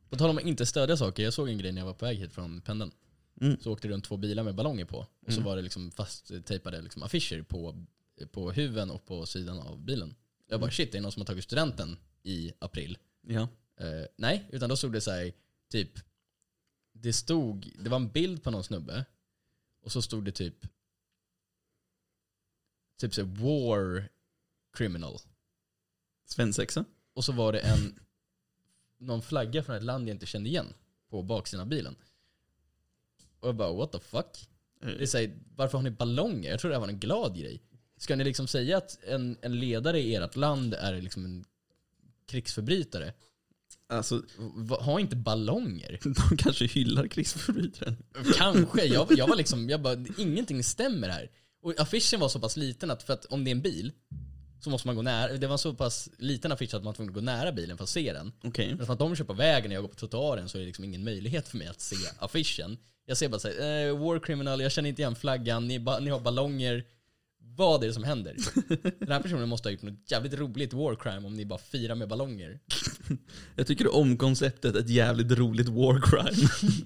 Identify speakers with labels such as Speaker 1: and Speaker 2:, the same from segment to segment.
Speaker 1: På tal om att inte stödja saker, jag såg en grej när jag var på väg hit från pendeln. Så åkte det runt 2 bilar med ballonger på. Och så var det liksom fasttejpade liksom affischer på huven och på sidan av bilen. Jag bara, shit, det är någon som har tagit studenten i april.
Speaker 2: Ja.
Speaker 1: Nej, utan då stod det så här, typ, det var en bild på någon snubbe. Och så stod det typ så war criminal.
Speaker 2: Svensexa.
Speaker 1: Och så var det någon flagga från ett land jag inte kände igen på baksidan av bilen. Och jag bara, what the fuck? Det säger, varför har ni ballonger? Jag tror det här var en glad grej. Ska ni liksom säga att en ledare i ert land är liksom en krigsförbrytare?
Speaker 2: Alltså,
Speaker 1: ha inte ballonger.
Speaker 2: De kanske hyllar krigsförbrytaren.
Speaker 1: Kanske. Jag var liksom, jag bara, ingenting stämmer här. Och affischen var så pass liten att, för att om det är en bil så måste man gå nära. Det var så pass liten affisch att man tvungen gå nära bilen för att se den.
Speaker 2: Okay.
Speaker 1: Men för att de kör på vägen och jag går på trottoaren så är det liksom ingen möjlighet för mig att se affischen. Jag ser bara såhär, war criminal, jag känner inte igen flaggan, ni har ballonger. Vad är det som händer? Den här personen måste ha gjort något jävligt roligt war crime om ni bara firar med ballonger.
Speaker 2: Jag tycker om konceptet ett jävligt roligt war crime.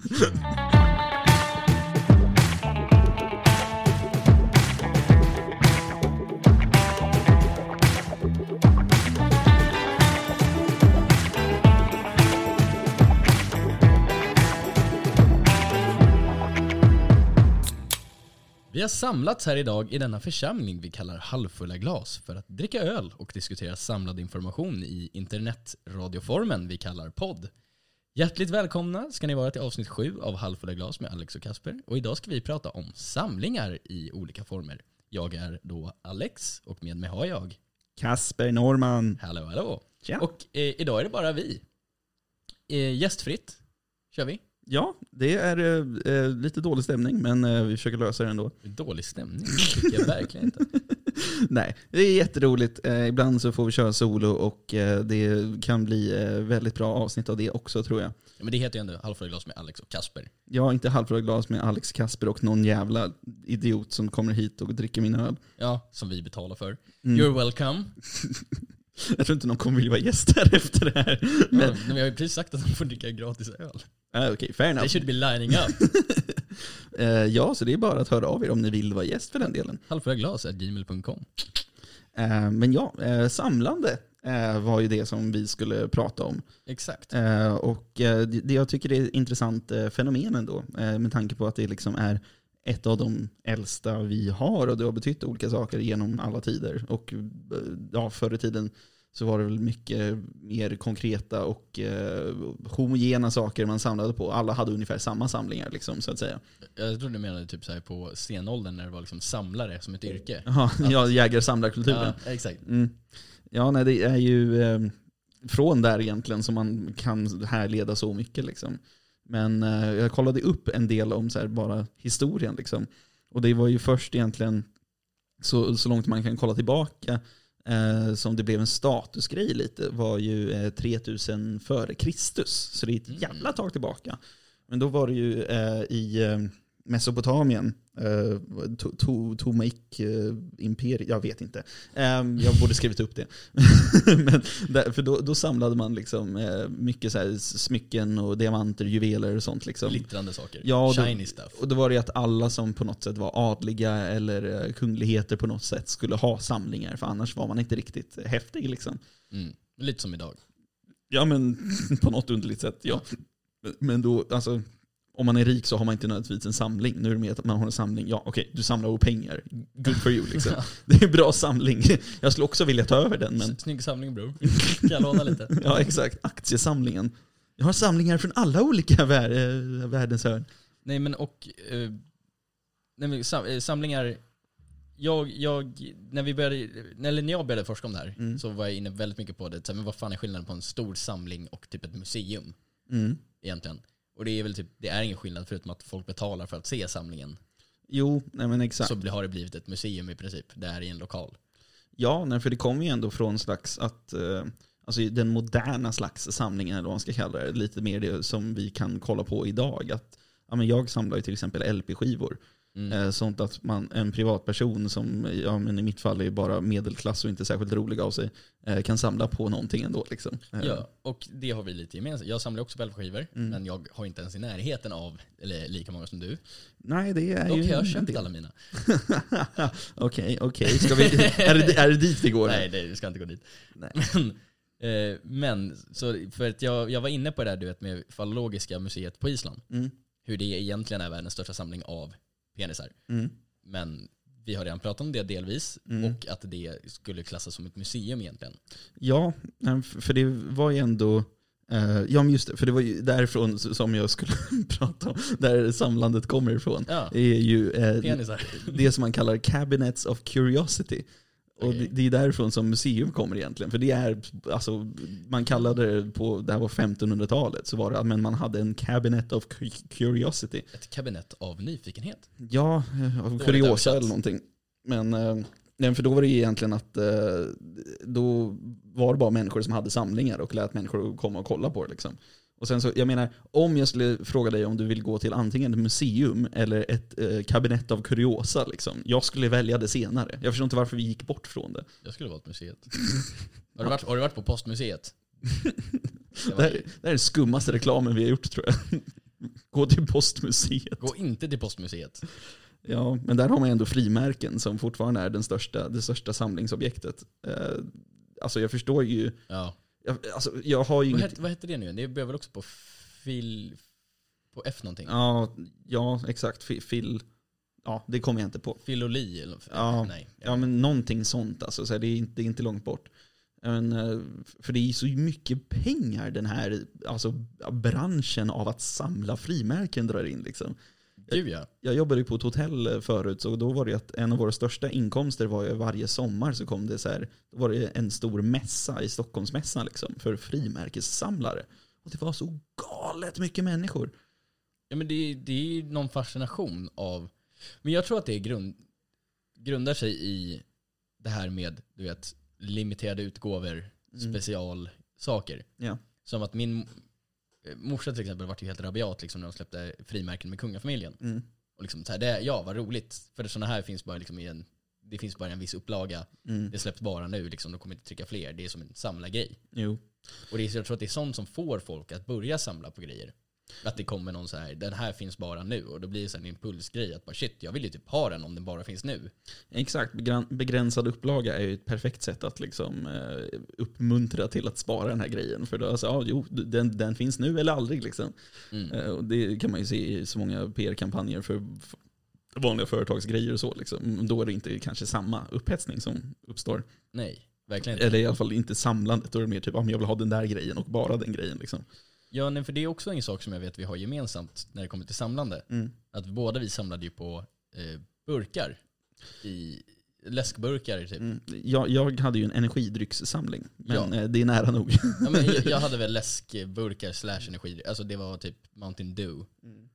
Speaker 1: Vi har samlats här idag i denna församling vi kallar halvfulla glas för att dricka öl och diskutera samlad information i internetradioformen vi kallar podd. Hjärtligt välkomna ska ni vara till avsnitt 7 av halvfulla glas med Alex och Kasper. Och idag ska vi prata om samlingar i olika former. Jag är då Alex och med mig har jag
Speaker 2: Kasper Norman.
Speaker 1: Hallå.
Speaker 2: Tja.
Speaker 1: Och idag är det bara vi. Gästfritt kör vi. Ja,
Speaker 2: det är lite dålig stämning, men vi försöker lösa det ändå.
Speaker 1: Dålig stämning? Det tycker jag verkligen inte.
Speaker 2: Nej, det är jätteroligt. Ibland så får vi köra solo och det kan bli väldigt bra avsnitt av det också, tror jag.
Speaker 1: Ja, men det heter ju ändå halvfulla glas med Alex och Kasper.
Speaker 2: Ja, inte halvfulla glas med Alex, Kasper och någon jävla idiot som kommer hit och dricker min öl.
Speaker 1: Ja, som vi betalar för. You're welcome.
Speaker 2: Jag tror inte någon kommer vilja vara gäst här efter det här.
Speaker 1: Men vi har ju precis sagt att de får dricka gratis öl.
Speaker 2: Okej, fair enough.
Speaker 1: They should be lining up.
Speaker 2: Ja, så det är bara att höra av er om ni vill vara gäst för den delen.
Speaker 1: halvfullaglas@gmail.com.
Speaker 2: Men ja, samlande var ju det som vi skulle prata om.
Speaker 1: Exakt.
Speaker 2: Och det jag tycker är ett intressant fenomen ändå, med tanke på att det liksom är ett av de äldsta vi har och det har betytt olika saker genom alla tider. Och ja, förr i tiden så var det väl mycket mer konkreta och homogena saker man samlade på. Alla hade ungefär samma samlingar liksom, så att säga.
Speaker 1: Jag tror du menade typ så här på stenåldern när det var liksom samlare som ett yrke.
Speaker 2: Ja, jägar-samlarkulturen.
Speaker 1: Ja, exakt.
Speaker 2: Ja, nej, det är ju från där egentligen som man kan härleda så mycket liksom. Men jag kollade upp en del om så här, bara historien liksom. Och det var ju först egentligen så långt man kan kolla tillbaka som det blev en statusgrej lite var ju 3000 före Kristus. Så det är ett jävla tag tillbaka. Men då var det ju i Mesopotamien, Tomaik imperiet, jag vet inte. Jag borde skrivit upp det. Men för då samlade man liksom mycket så här smycken och diamanter, juveler och sånt liksom.
Speaker 1: Glittrande saker.
Speaker 2: Ja,
Speaker 1: shiny stuff.
Speaker 2: Och då var det att alla som på något sätt var adliga eller kungligheter på något sätt skulle ha samlingar, för annars var man inte riktigt häftig liksom.
Speaker 1: Lite som idag.
Speaker 2: Ja, men på något underligt sätt, ja. Men då, alltså, om man är rik så har man inte nödvändigtvis en samling. Nu är det mer att man har en samling. Ja, okej, du samlar på pengar. Good for you, liksom. Det är en bra samling. Jag skulle också vilja ta över den. Men...
Speaker 1: Snygg samling, bro. Kan jag låna lite?
Speaker 2: Ja, exakt. Aktiesamlingen. Jag har samlingar från alla olika världens hörn.
Speaker 1: Nej, men och... samlingar... När jag började forska om det här så var jag inne väldigt mycket på det. Men vad fan är skillnaden på en stor samling och typ ett museum? Egentligen. Och det är väl typ, det är ingen skillnad förutom att folk betalar för att se samlingen.
Speaker 2: Jo, nej men exakt.
Speaker 1: Så har det blivit ett museum i princip. Det är i en lokal.
Speaker 2: Ja, nej, för det kommer ju ändå från slags att... alltså den moderna slags samlingen, eller vad man ska kalla det. Lite mer det som vi kan kolla på idag. Att, ja, men jag samlar ju till exempel LP-skivor. Sånt att en privatperson som men i mitt fall är bara medelklass och inte särskilt rolig av sig kan samla på någonting ändå. Liksom.
Speaker 1: Ja, och det har vi lite gemensamt. Jag samlar också på LP-skivor, men jag har inte ens i närheten av eller lika många som du.
Speaker 2: Nej, det är
Speaker 1: dock
Speaker 2: ju...
Speaker 1: Dock har jag köpt alla mina.
Speaker 2: Okej. Är det dit vi går?
Speaker 1: Nej, det ska inte gå dit. Nej. Men så för att jag var inne på det där du vet, med Fallologiska museet på Island. Hur det egentligen är världens största samling av penisar. Men vi har redan pratat om det delvis och att det skulle klassas som ett museum egentligen.
Speaker 2: Ja, för det var ju ändå... ja, men just det, för det var ju därifrån som jag skulle prata om, där samlandet kommer ifrån.
Speaker 1: Ja.
Speaker 2: Det är ju
Speaker 1: penisar.
Speaker 2: Det som man kallar Cabinets of Curiosity. Och det är därifrån som museum kommer egentligen. För det är, alltså, man kallade det på, det här var 1500-talet, så var det, men man hade en Cabinet of Curiosity.
Speaker 1: Ett kabinett av nyfikenhet?
Speaker 2: Ja, av kuriosa eller någonting. Men för då var det egentligen att då var det bara människor som hade samlingar och lät människor komma och kolla på det liksom. Och sen så, jag menar, om jag skulle fråga dig om du vill gå till antingen ett museum eller ett kabinett av kuriosa liksom, jag skulle välja det senare. Jag förstår inte varför vi gick bort från det.
Speaker 1: Jag skulle valt museet. Har du varit på Postmuseet?
Speaker 2: Det här är den skummaste reklamen vi har gjort, tror jag. Gå till Postmuseet.
Speaker 1: Gå inte till Postmuseet.
Speaker 2: Ja, men där har man ändå frimärken som fortfarande är det största samlingsobjektet. Alltså jag förstår ju...
Speaker 1: Ja.
Speaker 2: Jag har ju
Speaker 1: vad heter det nu? Det börjar väl också på på F någonting?
Speaker 2: Ja, exakt. Ja, det kommer jag inte på.
Speaker 1: Filoli eller
Speaker 2: nej. Ja, men någonting sånt alltså, så det är inte långt bort. Men, för det är så mycket pengar den här alltså branschen av att samla frimärken drar in liksom. Jag jobbade ju på ett hotell förut, så då var det att en av våra största inkomster var ju varje sommar så kom det så här, då var det en stor mässa i Stockholmsmässan liksom, för frimärkessamlare. Och det var så galet mycket människor.
Speaker 1: Ja, men det är någon fascination av, men jag tror att det grundar sig i det här med, du vet, limiterade utgåvor, specialsaker.
Speaker 2: Ja.
Speaker 1: Som att min morsa till exempel var ju helt rabiat liksom, när de släppte frimärken med kungafamiljen. Och liksom, så här, vad roligt. För sådana här finns bara liksom det finns bara en viss upplaga. Det släpps bara nu, liksom, de kommer inte trycka fler. Det är som en samlargrej.
Speaker 2: Jo.
Speaker 1: Och jag tror att det är sånt som får folk att börja samla på grejer. Att det kommer någon så här, den här finns bara nu. Och då blir det så en impulsgrej att bara shit, jag vill ju typ ha den om den bara finns nu.
Speaker 2: Exakt, begränsad upplaga är ju ett perfekt sätt att liksom uppmuntra till att spara den här grejen. För då, alltså, den finns nu eller aldrig liksom. Och det kan man ju se i så många PR-kampanjer för vanliga företagsgrejer och så liksom. Då är det inte kanske samma upphetsning som uppstår.
Speaker 1: Nej, verkligen inte.
Speaker 2: Eller i alla fall inte samlandet, då är det mer typ, jag vill ha den där grejen och bara den grejen liksom.
Speaker 1: Ja, nej, för det är också en sak som jag vet vi har gemensamt när det kommer till samlande. Att båda vi samlade ju på burkar. I läskburkar typ.
Speaker 2: Jag hade ju en energidryckssamling, men det är nära nog.
Speaker 1: Ja, men jag hade väl läskburkar / energidryck. Alltså det var typ Mountain Dew.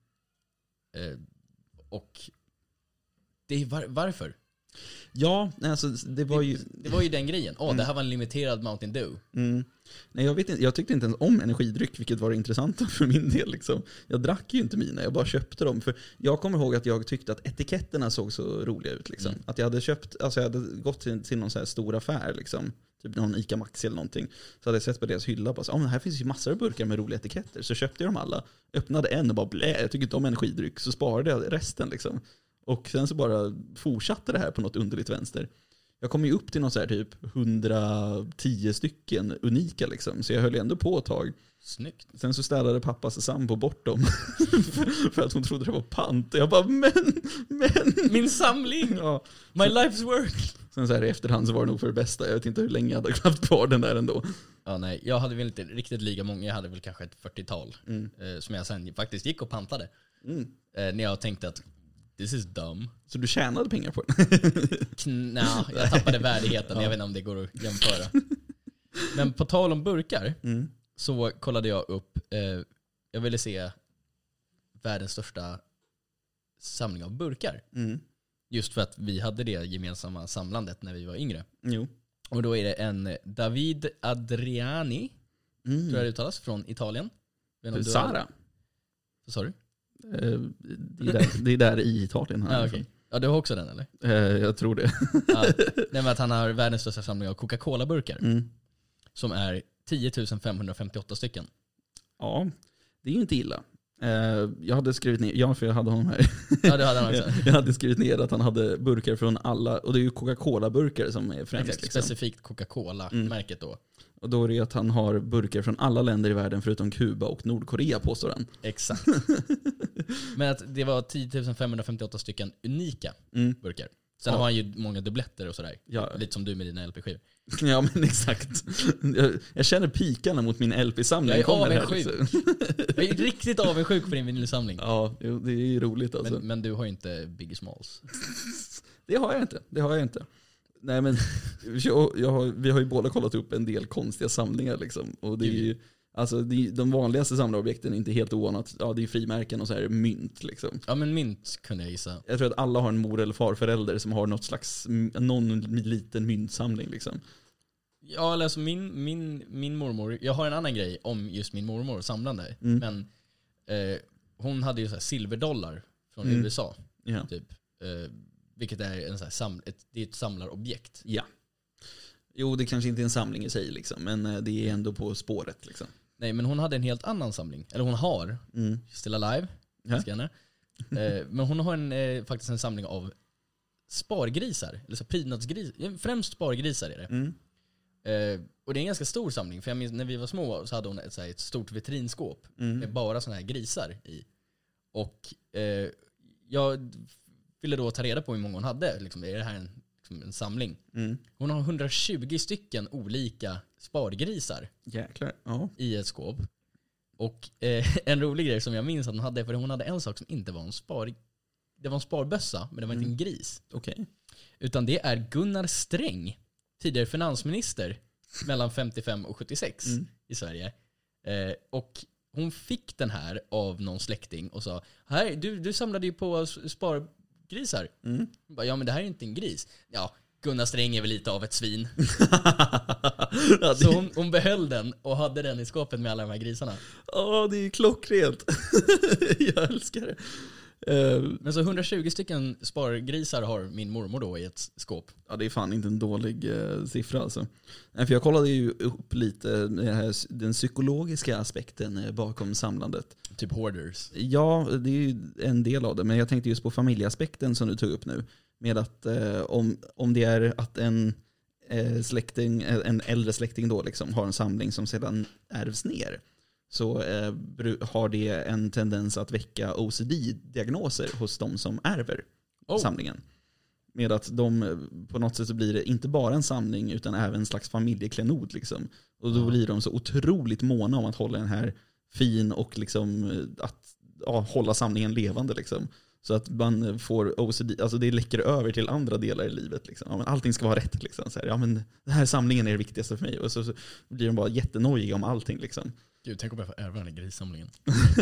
Speaker 1: Och det är varför?
Speaker 2: Ja, alltså det var ju
Speaker 1: den grejen. Det här var en limiterad Mountain Dew.
Speaker 2: Nej, jag vet inte, jag tyckte inte ens om energidryck, vilket var intressant för min del liksom. Jag drack ju inte mina, jag bara köpte dem. För jag kommer ihåg att jag tyckte att etiketterna såg så roliga ut liksom. Att jag hade köpt, alltså jag hade gått till någon så här stor affär liksom, typ någon Ica Maxi eller någonting. Så hade jag sett på deras hylla på så, men här finns ju massor av burkar med roliga etiketter. Så köpte jag dem alla, öppnade en och bara jag tycker inte om energidryck, så sparade jag resten liksom. Och sen så bara fortsatte det här på något underligt vänster. Jag kom ju upp till någon så här typ 110 stycken unika liksom. Så jag höll ändå på ett tag.
Speaker 1: Snyggt.
Speaker 2: Sen så städade pappas sambo bort dem. för att hon trodde det var pant. Och jag bara, men.
Speaker 1: Min samling!
Speaker 2: Ja.
Speaker 1: My life's work!
Speaker 2: Sen så här i efterhand så var det nog för det bästa. Jag vet inte hur länge jag hade haft kvar den där ändå.
Speaker 1: Ja, nej. Jag hade väl inte riktigt lika många. Jag hade väl kanske ett 40-tal. Som jag sen faktiskt gick och pantade. När jag tänkte att this is dumb.
Speaker 2: Så du tjänade pengar på den?
Speaker 1: Nej, jag tappade värdigheten. Jag vet inte om det går att jämföra. Men på tal om burkar så kollade jag upp. Jag ville se världens största samling av burkar. Just för att vi hade det gemensamma samlandet när vi var yngre.
Speaker 2: Jo.
Speaker 1: Och då är det en David Adriani, tror jag det uttalas, från Italien.
Speaker 2: Sara?
Speaker 1: Vad sa du?
Speaker 2: Det är där i Italien.
Speaker 1: Ja, okay. Ja, du har också den eller?
Speaker 2: Jag tror det.
Speaker 1: Ja, det med att han har världens största samling av Coca-Cola-burkar. Som är 10 558 stycken.
Speaker 2: Ja, det är ju inte illa. Jag hade skrivit ner, för jag hade honom här.
Speaker 1: Ja, det hade han också.
Speaker 2: Jag hade skrivit ner att han hade burkar från alla, och det är ju Coca-Cola-burkar som är främst.
Speaker 1: Exakt, liksom. Specifikt Coca-Cola-märket då.
Speaker 2: Och då är det att han har burkar från alla länder i världen förutom Kuba och Nordkorea, påstår han.
Speaker 1: Exakt. Men att det var 10 558 stycken unika burkar. Sen har han ju många dubbletter och sådär. Ja. Lite som du med dina LP-skivor.
Speaker 2: Ja, men exakt. Jag känner pikarna mot min LP-samling.
Speaker 1: Jag är avundsjuk. Jag är riktigt avundsjuk på din vinylsamling.
Speaker 2: Ja, det är ju roligt alltså.
Speaker 1: Men du har ju inte Biggie Smalls.
Speaker 2: Det har jag inte. Nej, men vi har ju båda kollat upp en del konstiga samlingar liksom. Och det är ju, alltså de vanligaste samlarobjekten är inte helt oanat. Ja, det är frimärken och så här mynt liksom.
Speaker 1: Ja, men mynt kunde jag gissa.
Speaker 2: Jag tror att alla har en mor- eller farförälder som har någon liten myntsamling liksom.
Speaker 1: Ja, alltså min mormor, jag har en annan grej om just min mormor samlande. Men hon hade ju så här silverdollar från USA.
Speaker 2: Ja.
Speaker 1: Typ. Vilket är en så här det är ett samlarobjekt.
Speaker 2: Ja. Jo, det kanske inte är en samling i sig liksom, men det är ändå på spåret liksom.
Speaker 1: Nej, men hon hade en helt annan samling. Eller hon har, still alive, men hon har faktiskt en samling av spargrisar. Eller så prydnadsgrisar. Främst spargrisar är det. Och det är en ganska stor samling. För jag minns, när vi var små så hade hon ett stort vitrinskåp med bara såna här grisar i. Och jag ville då ta reda på hur många hon hade. Liksom, är det här en samling? Hon har 120 stycken olika spargrisar.
Speaker 2: Jäklar. Ja.
Speaker 1: I ett skåp. Och en rolig grej som jag minns att hon hade, för hon hade en sak som inte var det var en sparbössa, men det var inte en gris.
Speaker 2: Okay.
Speaker 1: Utan det är Gunnar Sträng, tidigare finansminister mellan 55 och 76 i Sverige. Och hon fick den här av någon släkting och sa: "Här, du samlade ju på spargrisar." Bara, ja, men det här är inte en gris. Ja, Gunnar Sträng är väl lite av ett svin. Så hon behöll den och hade den i skåpet med alla de här grisarna.
Speaker 2: Ja, det är ju klockrent. Jag älskar det.
Speaker 1: Men så 120 stycken spargrisar har min mormor då i ett skåp.
Speaker 2: Ja, det är fan inte en dålig siffra alltså. Nej, för jag kollade ju upp lite den psykologiska aspekten bakom samlandet.
Speaker 1: Typ hoarders.
Speaker 2: Ja, det är ju en del av det. Men jag tänkte just på familjeaspekten som du tog upp nu. Med att om det är att en äldre släkting då liksom har en samling som sedan ärvs ner, så har det en tendens att väcka OCD-diagnoser hos de som ärver samlingen. Med att de på något sätt så blir det inte bara en samling utan även en slags familjeklenod liksom. Och då blir de så otroligt måna om att hålla den här fin och liksom att hålla samlingen levande liksom. Så att man får OCD, alltså det läcker över till andra delar i livet liksom. Ja, men allting ska vara rätt liksom. Så här, ja, men den här samlingen är det viktigaste för mig. Och så blir de bara jättenojiga om allting liksom.
Speaker 1: Gud, tänk om jag får ärva den här grissamlingen.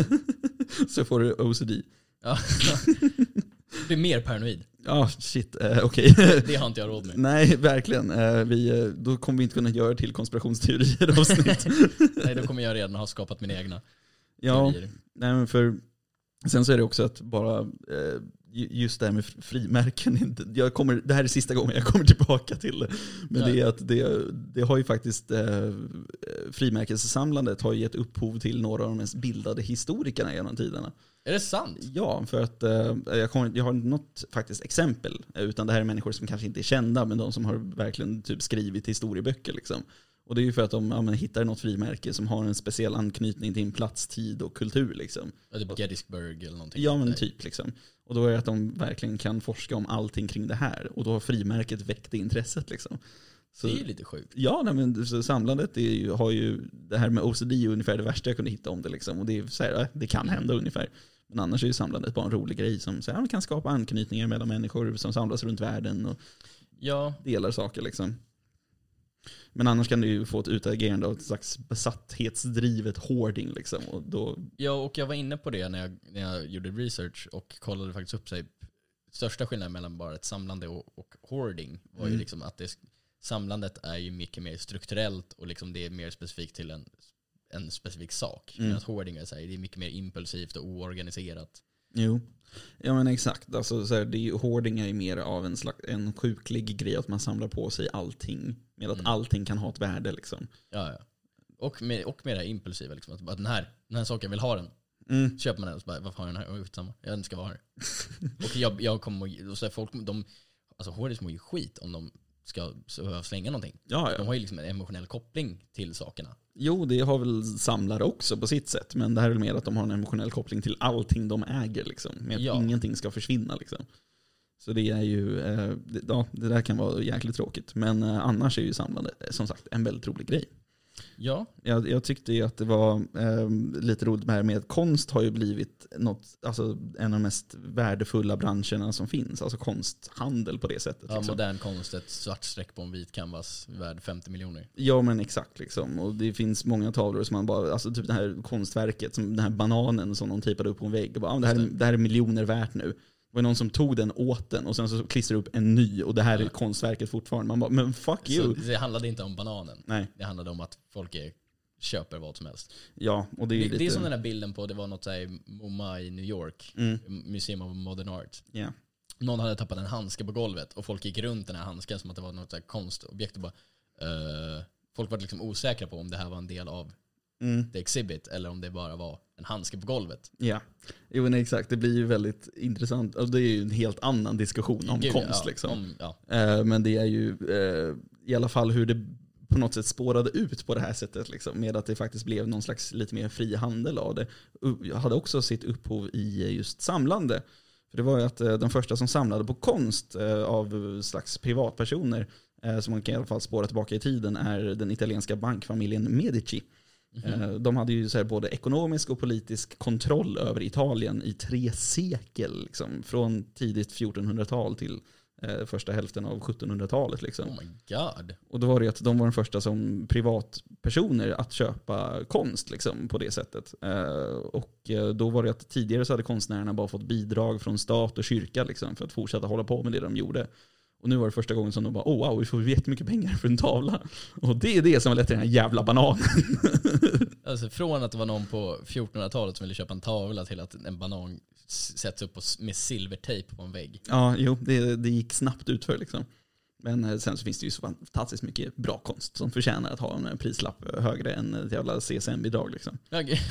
Speaker 2: Så får du OCD.
Speaker 1: Ja. Det är mer paranoid.
Speaker 2: Ja, shit, okej.
Speaker 1: Det har inte jag råd med.
Speaker 2: Nej, verkligen. Då kommer vi inte kunna göra till konspirationsteorier avsnitt.
Speaker 1: Nej, då kommer jag redan ha skapat mina egna
Speaker 2: teorier. Nej, men för sen så är det också att bara just det här med frimärken, det här är sista gången jag kommer tillbaka till det. Men det är att det har ju faktiskt frimärkessamlandet har gett upphov till några av de mest bildade historikerna genom tiderna.
Speaker 1: Är det sant?
Speaker 2: Ja, för att jag har något faktiskt exempel, utan det här är människor som kanske inte är kända, men de som har verkligen typ skrivit historieböcker liksom. Och det är ju för att de hittar något frimärke som har en speciell anknytning till en plats, tid och kultur liksom.
Speaker 1: Ja, typ Gettysburg eller någonting.
Speaker 2: Ja, men typ liksom. Och då är det att de verkligen kan forska om allting kring det här. Och då har frimärket väckt intresset liksom. Så, det
Speaker 1: är ju lite sjukt.
Speaker 2: Ja, nej, men så samlandet har ju det här med OCD är ungefär det värsta jag kunde hitta om det liksom. Och det är så här, det kan hända ungefär. Men annars är ju samlandet bara en rolig grej som så här, man kan skapa anknytningar mellan människor som samlas runt världen och delar saker liksom. Men annars kan du ju få ett utagerande av ett slags besatthetsdrivet hoarding liksom. Och då...
Speaker 1: Ja, och jag var inne på det när jag gjorde research och kollade faktiskt upp sig. Största skillnaden mellan bara ett samlande och hoarding var ju liksom att samlandet är ju mycket mer strukturellt och liksom det är mer specifikt till en specifik sak. Men att hoarding är, så här, det är mycket mer impulsivt och oorganiserat.
Speaker 2: Jo. Ja men exakt. Alltså, så här, hoarding är ju mer av en sjuklig grej att man samlar på sig allting. Med att allting kan ha ett värde liksom.
Speaker 1: Ja. Och med det här impulsiva liksom, att den här saken, jag vill ha den. Köper man den och så bara, varför har jag den här? Skitsamma, jag ska vara här. Och jag kommer, och så här, folk, alltså hoarders mår ju skit om de ska slänga någonting.
Speaker 2: Ja.
Speaker 1: De har ju liksom en emotionell koppling till sakerna.
Speaker 2: Jo, det har väl samlare också på sitt sätt. Men det här är väl mer att de har en emotionell koppling till allting de äger. Liksom, med att ingenting ska försvinna. Liksom. Så det är ju, det där kan vara jäkligt tråkigt. Men annars är ju samlande, som sagt, en väldigt rolig grej.
Speaker 1: Ja.
Speaker 2: Jag tyckte ju att det var lite roligt med att konst har ju blivit en av de mest värdefulla branscherna som finns. Alltså konsthandel på det sättet.
Speaker 1: Ja,
Speaker 2: liksom.
Speaker 1: modern konst, ett svart streck på en vit canvas värd 50 miljoner.
Speaker 2: Ja men exakt liksom. Och det finns många tavlor som man bara, alltså typ det här konstverket, som den här bananen som de tejpade upp på en vägg. Och bara, det här är miljoner värt nu. Det var någon som tog den åt den och sen så klistrade upp en ny och det här är konstverket fortfarande. Man bara, men fuck you.
Speaker 1: Så det handlade inte om bananen.
Speaker 2: Nej.
Speaker 1: Det handlade om att folk köper vad som helst.
Speaker 2: Ja, och det är lite...
Speaker 1: Det är som den här bilden på, det var något så här MoMA i New York. Museum of Modern Art.
Speaker 2: Yeah.
Speaker 1: Någon hade tappat en handske på golvet och folk gick runt den här handsken som att det var något så här konstobjekt och bara, folk var liksom osäkra på om det här var en del av the exhibit eller om det bara var en handske på golvet.
Speaker 2: Ja, jo, nej, exakt. Det blir ju väldigt intressant. Alltså, det är ju en helt annan diskussion om konst. Liksom. Men det är ju i alla fall hur det på något sätt spårade ut på det här sättet. Liksom, med att det faktiskt blev någon slags lite mer fri handel av det. Jag hade också sitt upphov i just samlande. För det var ju att de första som samlade på konst av slags privatpersoner, som man kan i alla fall spåra tillbaka i tiden, är den italienska bankfamiljen Medici. De hade ju så här både ekonomisk och politisk kontroll över Italien i 3 sekel. Liksom, från tidigt 1400-tal till första hälften av 1700-talet. Liksom.
Speaker 1: Oh my god.
Speaker 2: Och då var det att de var de första som privatpersoner att köpa konst liksom, på det sättet. Och då var det att tidigare så hade konstnärerna bara fått bidrag från stat och kyrka liksom, för att fortsätta hålla på med det de gjorde. Och nu var det första gången som de bara, wow, vi får jättemycket pengar för en tavla. Och det är det som har lett till den här jävla bananen.
Speaker 1: Alltså från att det var någon på 1400-talet som ville köpa en tavla till att en banan sätts upp med silvertejp på en vägg.
Speaker 2: Ja, jo, det gick snabbt utför liksom. Men sen så finns det ju så fantastiskt mycket bra konst som förtjänar att ha en prislapp högre än ett jävla CSN-bidrag liksom.
Speaker 1: Okay.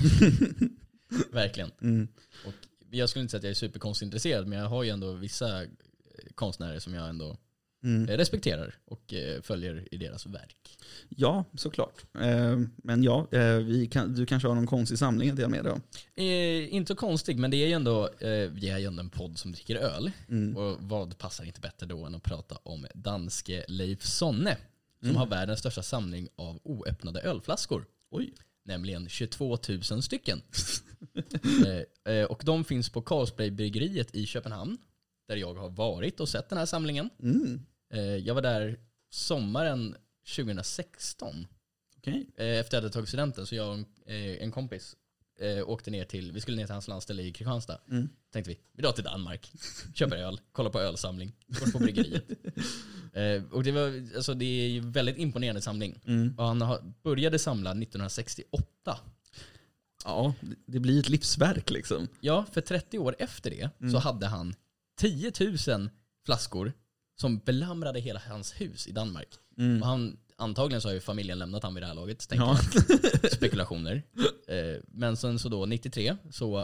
Speaker 1: Verkligen. Och jag skulle inte säga att jag är superkonstintresserad, men jag har ju ändå vissa konstnärer som jag ändå respekterar och följer i deras verk.
Speaker 2: Ja, såklart. Men ja, du kanske har någon konstig samling att dela med dig av?
Speaker 1: Inte så konstig, men det är ju ändå, vi är ju ändå en podd som dricker öl. Och vad passar inte bättre då än att prata om danske Leif Sonne, som har världens största samling av oöppnade ölflaskor.
Speaker 2: Oj.
Speaker 1: Nämligen 22 000 stycken. Och de finns på Carlsbergbryggeriet i Köpenhamn, där jag har varit och sett den här samlingen. Jag var där sommaren 2016.
Speaker 2: Okay.
Speaker 1: Efter att jag hade tagit studenten, så jag och en kompis åkte ner till, vi skulle ner till hans landställe i Kristianstad. Tänkte vi drar till Danmark, köper öl, kollar på ölsamling, går på bryggeriet. Och det är ju väldigt imponerande samling. Och han började samla 1968.
Speaker 2: Ja, det blir ett livsverk liksom.
Speaker 1: Ja, för 30 år efter det så hade han 10 000 flaskor som belamrade hela hans hus i Danmark. Och antagligen så har ju familjen lämnat han vid det här laget, tänker jag. Spekulationer. Men sen så då 93 så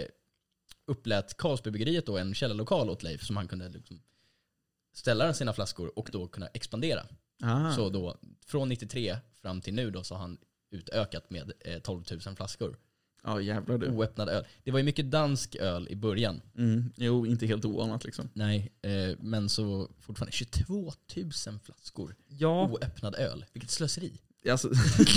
Speaker 1: upplät Carlsbergbryggeriet då en källarlokal åt Leif som han kunde liksom ställa sina flaskor och då kunna expandera. Så då från 93 fram till nu då så har han utökat med 12 000 flaskor.
Speaker 2: Ja, jävlar du.
Speaker 1: Oöppnad öl. Det var ju mycket dansk öl i början.
Speaker 2: Jo, inte helt ovanligt liksom.
Speaker 1: Nej, men så fortfarande 22 000 flaskor oöppnad öl. Vilket slöseri.
Speaker 2: Alltså,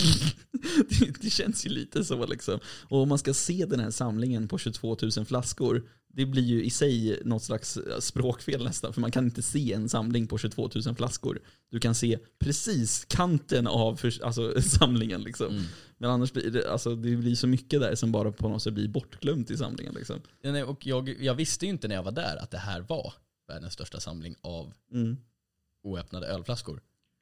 Speaker 2: det känns ju lite så liksom. Och om man ska se den här samlingen på 22 000 flaskor, det blir ju i sig något slags språkfel nästan. För man kan inte se en samling på 22 000 flaskor. Du kan se precis kanten av samlingen liksom. Men annars blir det blir så mycket där som bara på något sätt blir bortglömt i samlingen liksom.
Speaker 1: Ja, och jag visste ju inte när jag var där att det här var världens största samling av oöppnade ölflaskor.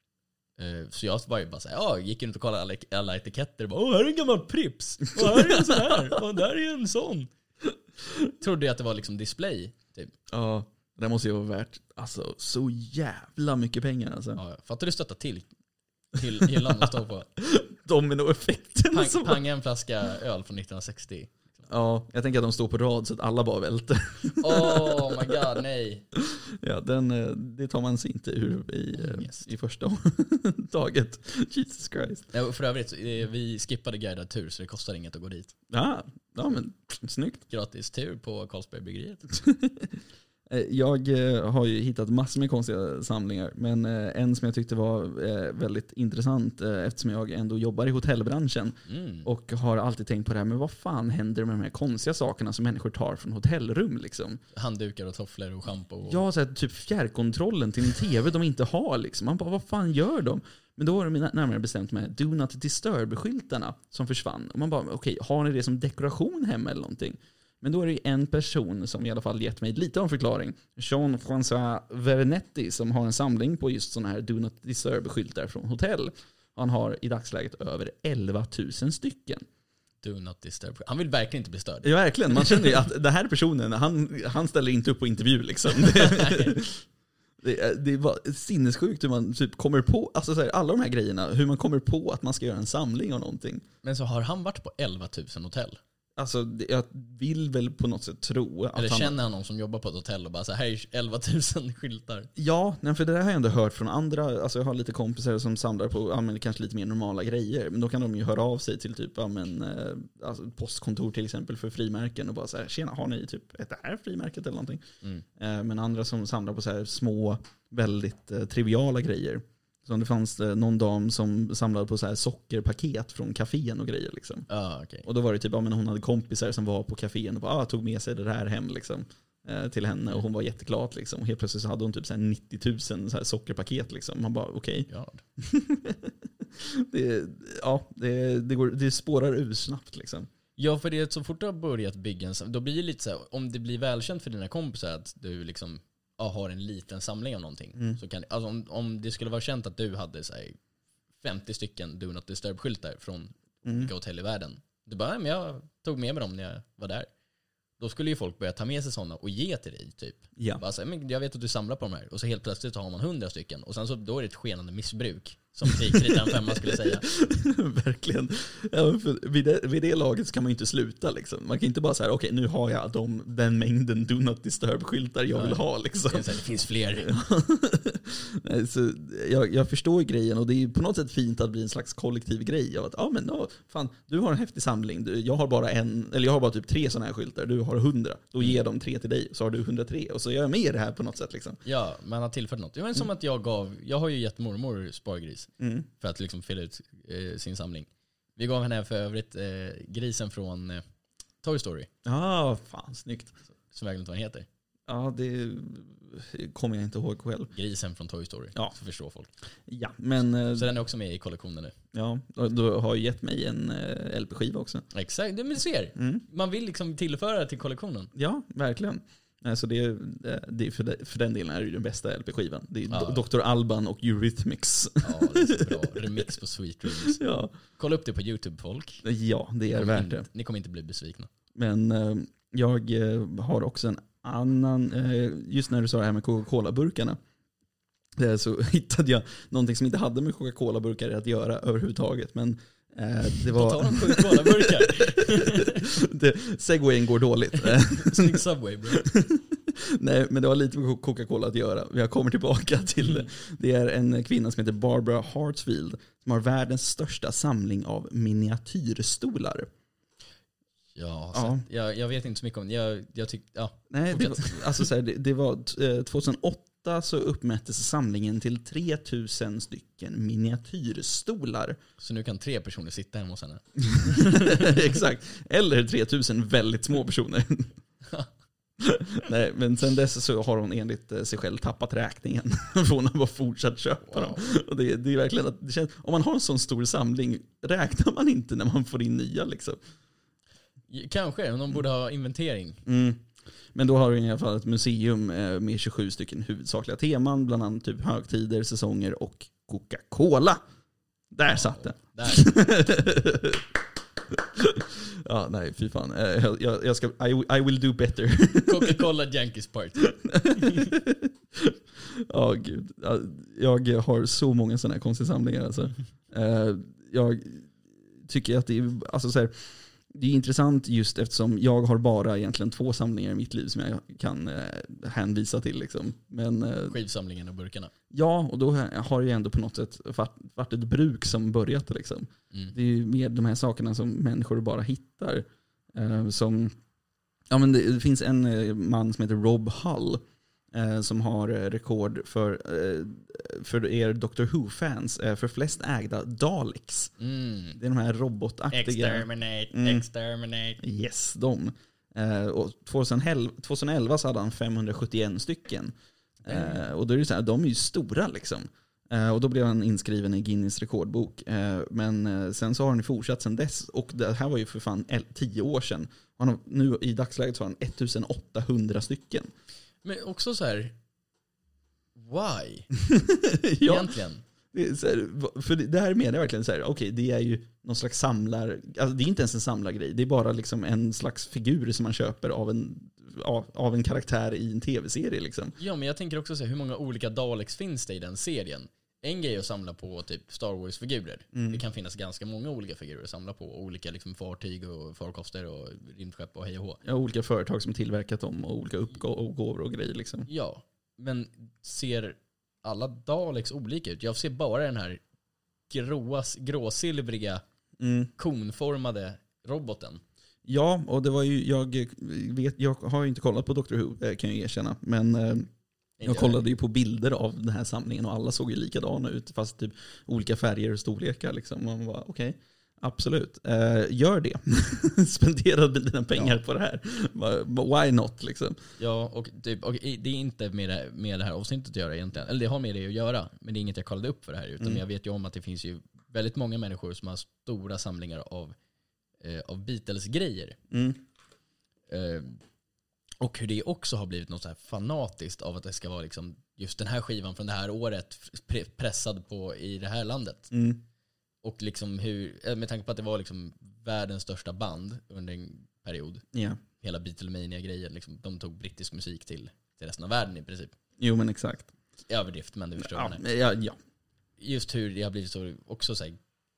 Speaker 1: Så jag var ju bara såhär, gick runt och kollade alla etiketter och bara, här är en gammal Prips, och här är en sån här, och där är en sån. Trodde jag att det var liksom display typ.
Speaker 2: Ja, det måste ju vara värt alltså, så jävla mycket pengar alltså.
Speaker 1: Ja, fattar du stötta till hyllan och stå på.
Speaker 2: Dominoeffekten.
Speaker 1: Panga en flaska öl från 1960.
Speaker 2: Ja, jag tänker att de står på rad så att alla bara välter.
Speaker 1: Oh my god, nej.
Speaker 2: Ja, det tar man sig inte ur i första taget. Jesus Christ.
Speaker 1: Ja, för övrigt, vi skippade guidad tur så det kostar inget att gå dit.
Speaker 2: Ja men snyggt.
Speaker 1: Gratis tur på Carlsbergbryggeriet.
Speaker 2: Jag har ju hittat massor med konstiga samlingar, men en som jag tyckte var väldigt intressant eftersom jag ändå jobbar i hotellbranschen och har alltid tänkt på det här, men vad fan händer med de här konstiga sakerna som människor tar från hotellrum liksom?
Speaker 1: Handdukar och tofflor och shampoo. Och...
Speaker 2: Ja, så här, typ fjärrkontrollen till en tv de inte har liksom. Man bara, vad fan gör de? Men då har de närmare bestämt med Do Not Disturb-skyltarna som försvann. Och man bara, okej, har ni det som dekoration hemma eller någonting? Men då är det en person som i alla fall gett mig lite av en förklaring. Jean-François Vernetti som har en samling på just sådana här Do Not Disturb-skyltar från hotell. Han har i dagsläget över 11 000 stycken.
Speaker 1: Do Not Disturb. Han vill verkligen inte bli störd.
Speaker 2: Ja, verkligen. Man känner ju att den här personen, han ställer inte upp på intervju liksom. Det var sinnessjukt hur man typ kommer på, alltså så här, alla de här grejerna, hur man kommer på att man ska göra en samling av någonting.
Speaker 1: Men så har han varit på 11 000 hotell?
Speaker 2: Alltså, jag vill väl på något sätt tro att
Speaker 1: eller känner han någon som jobbar på ett hotell och bara så här är 11 000 skyltar? Ja,
Speaker 2: för det där har jag ändå hört från andra. Alltså jag har lite kompisar som samlar på kanske lite mer normala grejer. Men då kan de ju höra av sig till typ alltså postkontor till exempel för frimärken och bara så här, tjena, har ni typ det här frimärket eller någonting? Men andra som samlar på så här små, väldigt triviala grejer. Så det fanns någon dam som samlade på så här sockerpaket från kafén och grejer liksom.
Speaker 1: Okay.
Speaker 2: Och då var det typ, men hon hade kompisar som var på kafén och bara, tog med sig det här hem liksom, till henne och hon var jätteglad liksom. Och helt plötsligt så hade hon typ så här 90 000 så här sockerpaket liksom. Man bara, okej. Det spårar ur snabbt liksom.
Speaker 1: Ja, för det är så fort du har börjat bygga då blir det lite så här, om det blir välkänt för dina kompisar att du liksom har en liten samling av någonting. Så kan, alltså om det skulle vara känt att du hade så här, 50 stycken Do Not Disturb-skyltar från olika hotell i världen. Du bara, men jag tog med mig dem när jag var där. Då skulle ju folk börja ta med sig sådana och ge till dig typ.
Speaker 2: Ja.
Speaker 1: Bara så här, men jag vet att du samlar på de här. Och så helt plötsligt har man 100 stycken. Och sen så då är det ett skenande missbruk. Som Kritian 5 skulle säga.
Speaker 2: Verkligen. Ja, för vid det laget så kan man ju inte sluta liksom. Man kan inte bara säga, okej, nu har jag den mängden Do Not Disturb-skyltar jag vill ha liksom.
Speaker 1: Det finns fler.
Speaker 2: Nej, så jag förstår grejen och det är på något sätt fint att bli en slags kollektiv grej av att, fan, du har en häftig samling. Jag har bara typ 3 sådana här skyltar. Du har 100. Då ger de 3 till dig så har du 103 och så gör jag med det här på något sätt liksom.
Speaker 1: Ja, man har tillfört något. Det var som att jag har ju gett mormor spargris för att liksom fylla ut sin samling. Vi gav henne för övrigt grisen från Toy Story.
Speaker 2: Ja, fan, snyggt.
Speaker 1: Som jag glömt vad den heter.
Speaker 2: Ja, det kommer jag inte ihåg själv.
Speaker 1: Grisen från Toy Story, så förstår folk.
Speaker 2: Ja, men
Speaker 1: så den är också med i kollektionen nu.
Speaker 2: Ja, och du har ju gett mig en LP-skiva också.
Speaker 1: Exakt, men du ser. Man vill liksom tillföra till kollektionen.
Speaker 2: Ja, verkligen. Alltså det för den delen är det ju den bästa LP-skivan. Det är Dr. Alban och Eurythmics. Ja,
Speaker 1: det är så bra. Remix på Sweet Dreams.
Speaker 2: Ja.
Speaker 1: Kolla upp det på YouTube, folk.
Speaker 2: Ja, det är värt det.
Speaker 1: Ni kommer inte bli besvikna.
Speaker 2: Men jag har också en annan, just när du sa det här med Coca-Cola-burkarna, så hittade jag någonting som inte hade med Coca-Cola-burkar att göra överhuvudtaget. Men det var...
Speaker 1: På tal om Coca-Cola-burkar.
Speaker 2: Segwayen går dåligt.
Speaker 1: Snygg Subway, bro.
Speaker 2: Nej, men det har lite med Coca-Cola att göra. Jag kommer tillbaka till det. Det är en kvinna som heter Barbara Hartsfield som har världens största samling av miniatyrstolar.
Speaker 1: Ja. Jag vet inte så mycket om det. Jag tyckte,
Speaker 2: Nej, det var 2008 så uppmättes samlingen till 3000 stycken miniatyrstolar.
Speaker 1: Så nu kan 3 personer sitta hemma hos henne?
Speaker 2: Exakt. Eller 3000 väldigt små personer. Nej, men sen dess så har hon enligt sig själv tappat räkningen. För hon har bara fortsatt köpa dem. Och det är verkligen att det känns, om man har en sån stor samling räknar man inte när man får in nya liksom.
Speaker 1: Kanske, de borde ha inventering.
Speaker 2: Men då har vi i alla fall ett museum med 27 stycken huvudsakliga teman, bland annat typ högtider, säsonger och Coca-Cola. Där satt den. Ja, nej, fy fan. Jag ska, I will do better.
Speaker 1: Coca-Cola Yankees Party.
Speaker 2: Ja, gud. Jag har så många sådana här konstiga samlingar. Alltså. Jag tycker att det är, alltså, så här, det är intressant just eftersom jag har bara egentligen 2 samlingar i mitt liv som jag kan hänvisa till. Liksom. Men,
Speaker 1: skivsamlingen och burkarna.
Speaker 2: Ja, och då har jag ändå på något sätt varit ett bruk som börjat. Liksom. Det är ju mer de här sakerna som människor bara hittar. Som, ja, men det finns en man som heter Rob Hull som har rekord för er Doctor Who-fans för flest ägda Daleks. Det är de här robotaktiga...
Speaker 1: Exterminate.
Speaker 2: Yes, de. Och 2011 så hade han 571 stycken. Och då är det så här, de är ju stora liksom. Och då blev han inskriven i Guinness rekordbok. Men sen så har han fortsatt sen dess. Och det här var ju för fan 10 år sedan. Nu i dagsläget så har han 1800 stycken.
Speaker 1: Men också så här, why?
Speaker 2: Ja,
Speaker 1: egentligen.
Speaker 2: Det är så här, för det här menar jag verkligen så här, okej, det är ju någon slags alltså det är inte ens en samlargrej. Det är bara liksom en slags figur som man köper av en karaktär i en tv-serie liksom.
Speaker 1: Ja, men jag tänker också så här, hur många olika Daleks finns det i den serien? En grej att samla på typ Star Wars-figurer. Det kan finnas ganska många olika figurer att samla på. Olika liksom fartyg och farkoster och rymdskepp och hej och hå.
Speaker 2: Ja, olika företag som tillverkat dem och olika uppgåvor och grejer liksom.
Speaker 1: Ja, men ser alla Daleks olika ut? Jag ser bara den här gråsilvriga konformade roboten.
Speaker 2: Ja, och det var ju, jag har ju inte kollat på Doctor Who, kan jag erkänna. Men jag kollade ju på bilder av den här samlingen och alla såg ju likadana ut. Fast typ olika färger och storlekar liksom. Man var okej, absolut. Gör det. Spendera dina pengar på det här. Why not liksom?
Speaker 1: Ja, och det är inte med det här avsnittet att göra egentligen. Eller det har med det att göra, men det är inget jag kollade upp för det här. Utan jag vet ju om att det finns ju väldigt många människor som har stora samlingar av Beatles-grejer. Och hur det också har blivit något så här fanatiskt av att det ska vara liksom just den här skivan från det här året pressad på i det här landet. Och liksom hur, med tanke på att det var liksom världens största band under en period. Hela Beatlemania-grejen, liksom, de tog brittisk musik till resten av världen i princip.
Speaker 2: Jo, men exakt.
Speaker 1: Överdrift, men du förstår.
Speaker 2: Ja.
Speaker 1: Just hur det har blivit så också så här,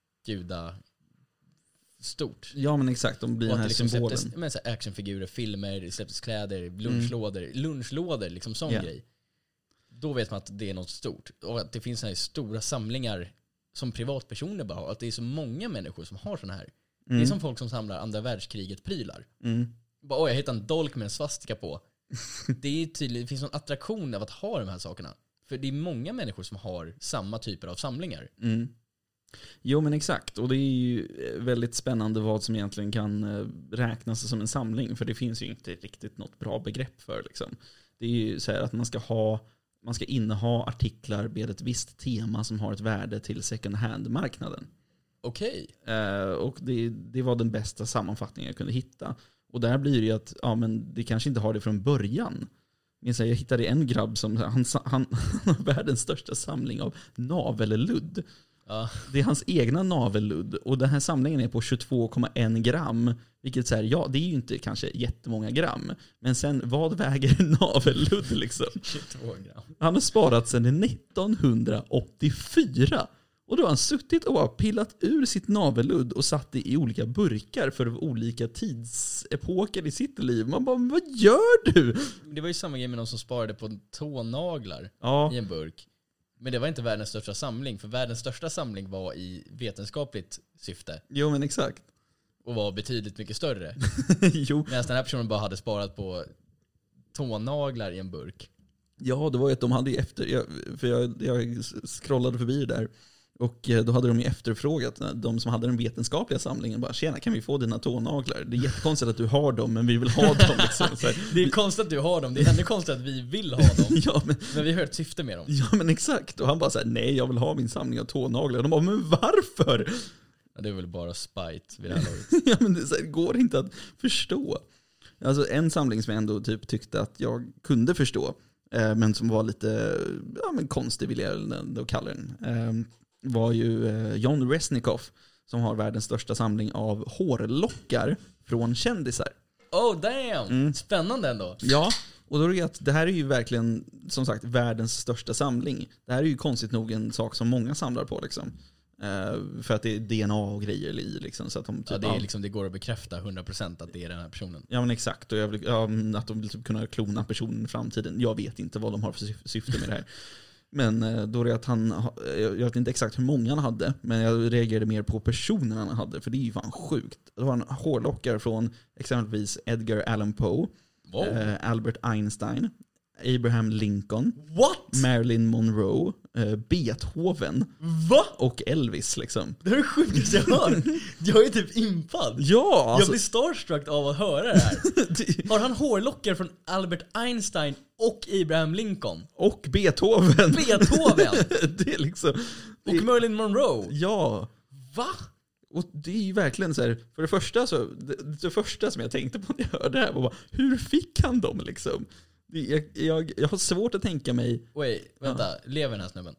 Speaker 1: stort.
Speaker 2: Ja, men exakt, de blir den här
Speaker 1: liksom
Speaker 2: symbolen.
Speaker 1: Släpptes, men så här, actionfigurer, filmer, släpptes kläder, lunchlådor, liksom sån grej. Då vet man att det är något stort. Och att det finns så här stora samlingar som privatpersoner bara har. Att det är så många människor som har såna här. Det är som folk som samlar andra världskriget-prylar. Bara, jag hittar en dolk med en svastika på. Det är tydligt, det finns någon attraktion av att ha de här sakerna. För det är många människor som har samma typer av samlingar.
Speaker 2: Jo, men exakt. Och det är ju väldigt spännande vad som egentligen kan räknas som en samling. För det finns ju inte riktigt något bra begrepp för. Liksom. Det är ju så här att man ska inneha artiklar med ett visst tema som har ett värde till second hand-marknaden.
Speaker 1: Okej.
Speaker 2: Och det var den bästa sammanfattningen jag kunde hitta. Och där blir det ju att men det kanske inte har det från början. Men jag hittade en grabb som han har världens största samling av navelludd. Det är hans egna navelludd. Och den här samlingen är på 22,1 gram. Vilket så här, det är ju inte kanske jättemånga gram. Men sen, vad väger navelludd liksom?
Speaker 1: 22 gram.
Speaker 2: Han har sparat sedan 1984. Och då har han suttit och bara pillat ur sitt navelludd och satt det i olika burkar för olika tidsepoker i sitt liv. Man bara, vad gör du?
Speaker 1: Det var ju samma grej med de som sparade på tånaglar i en burk. Men det var inte världens största samling. För världens största samling var i vetenskapligt syfte.
Speaker 2: Jo, men exakt.
Speaker 1: Och var betydligt mycket större.
Speaker 2: Jo.
Speaker 1: Medan den här personen bara hade sparat på tånaglar i en burk.
Speaker 2: Ja, det var ju att de hade ju jag scrollade förbi där. Och då hade de ju efterfrågat de som hade den vetenskapliga samlingen. Bara, tjena, kan vi få dina tånaglar? Det är jättekonstigt att du har dem, men vi vill ha dem. Liksom. Så här,
Speaker 1: det är konstigt att du har dem. Det är ännu konstigt att vi vill ha dem.
Speaker 2: Ja,
Speaker 1: men vi har ett syfte med dem.
Speaker 2: Ja, men exakt. Och han bara så här, nej, jag vill ha min samling av tånaglar. Och de bara, men varför?
Speaker 1: Ja, det är väl bara spite vid det här laget.
Speaker 2: Ja, men det så här, går inte att förstå. Alltså en samling som jag ändå typ tyckte att jag kunde förstå. Men som var lite konstig, vill jag ändå kalla den. Var ju John Resnikoff som har världens största samling av hårlockar från kändisar.
Speaker 1: Oh damn! Spännande ändå.
Speaker 2: Ja, och då är det att det här är ju verkligen, som sagt, världens största samling. Det här är ju konstigt nog en sak som många samlar på liksom. För att det är DNA och grejer i liksom, så att de typ,
Speaker 1: det är liksom, det går att bekräfta 100% att det är den här personen.
Speaker 2: Ja men exakt, och att de vill typ kunna klona personen i framtiden. Jag vet inte vad de har för syfte med det här. Men då är det att jag vet inte exakt hur många han hade, men jag reagerade mer på personen han hade, för det är ju fan sjukt. Det var en hårlockar från exempelvis Edgar Allan Poe, Albert Einstein, Abraham Lincoln, Marilyn Monroe, Beethoven och Elvis liksom.
Speaker 1: Det är det sjukaste jag hör. Jag är typ impad.
Speaker 2: Ja, alltså,
Speaker 1: jag blir starstruck av att höra det här. Har han hårlockar från Albert Einstein och Abraham Lincoln?
Speaker 2: Och Beethoven. Det är liksom...
Speaker 1: Och Marilyn Monroe.
Speaker 2: Ja.
Speaker 1: Va?
Speaker 2: Och det är ju verkligen så här, för det första så, det första som jag tänkte på när jag hörde det här var bara, hur fick han dem liksom? Jag har svårt att tänka mig...
Speaker 1: Vänta, lever den här snubben?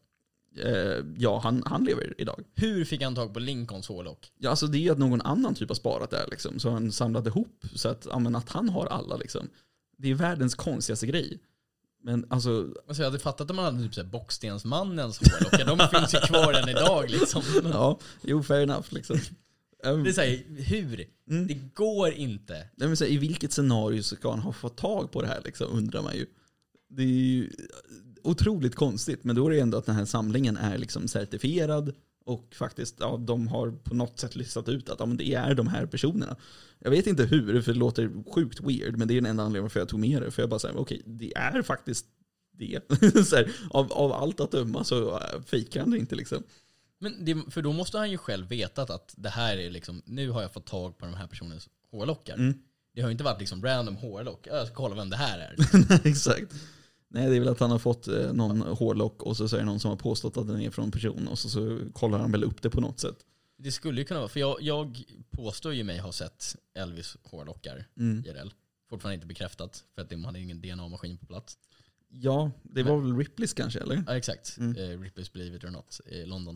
Speaker 2: Ja, han lever idag.
Speaker 1: Hur fick han tag på Lincolns hårlock?
Speaker 2: Ja, alltså det är ju att någon annan typ har sparat det här liksom. Så han samlade ihop så att han har alla liksom. Det är världens konstigaste grej. Men alltså
Speaker 1: jag hade fattat att man hade typ så här Bockstensmannens hårlockar. De finns ju kvar än idag liksom.
Speaker 2: Ja, fair enough liksom.
Speaker 1: Det är så här, hur? Det går inte.
Speaker 2: Nej, men så här, i vilket scenario ska han ha fått tag på det här liksom, undrar man ju. Det är ju otroligt konstigt, men då är det ändå att den här samlingen är liksom certifierad och faktiskt, de har på något sätt listat ut att men det är de här personerna. Jag vet inte hur, för det låter sjukt weird, men det är den enda anledningen för jag tog med det, för jag bara säger okej, det är faktiskt det. Så här, av allt att döma så fejkar han det inte liksom.
Speaker 1: Men för då måste han ju själv veta att det här är liksom, nu har jag fått tag på de här personens hårlockar. Det har ju inte varit liksom random hårlock. Jag ska kolla vem det här är.
Speaker 2: Exakt. Nej, det är väl att han har fått någon hårlock och så är det någon som har påstått att den är från en person och så kollar han väl upp det på något sätt.
Speaker 1: Det skulle ju kunna vara, för jag påstår ju mig ha sett Elvis hårlockar IRL. Fortfarande inte bekräftat, för att de hade ingen DNA-maskin på plats.
Speaker 2: Ja, det var väl Ripleys kanske, eller?
Speaker 1: Ja, exakt. Ripley's Believe It or Not i London.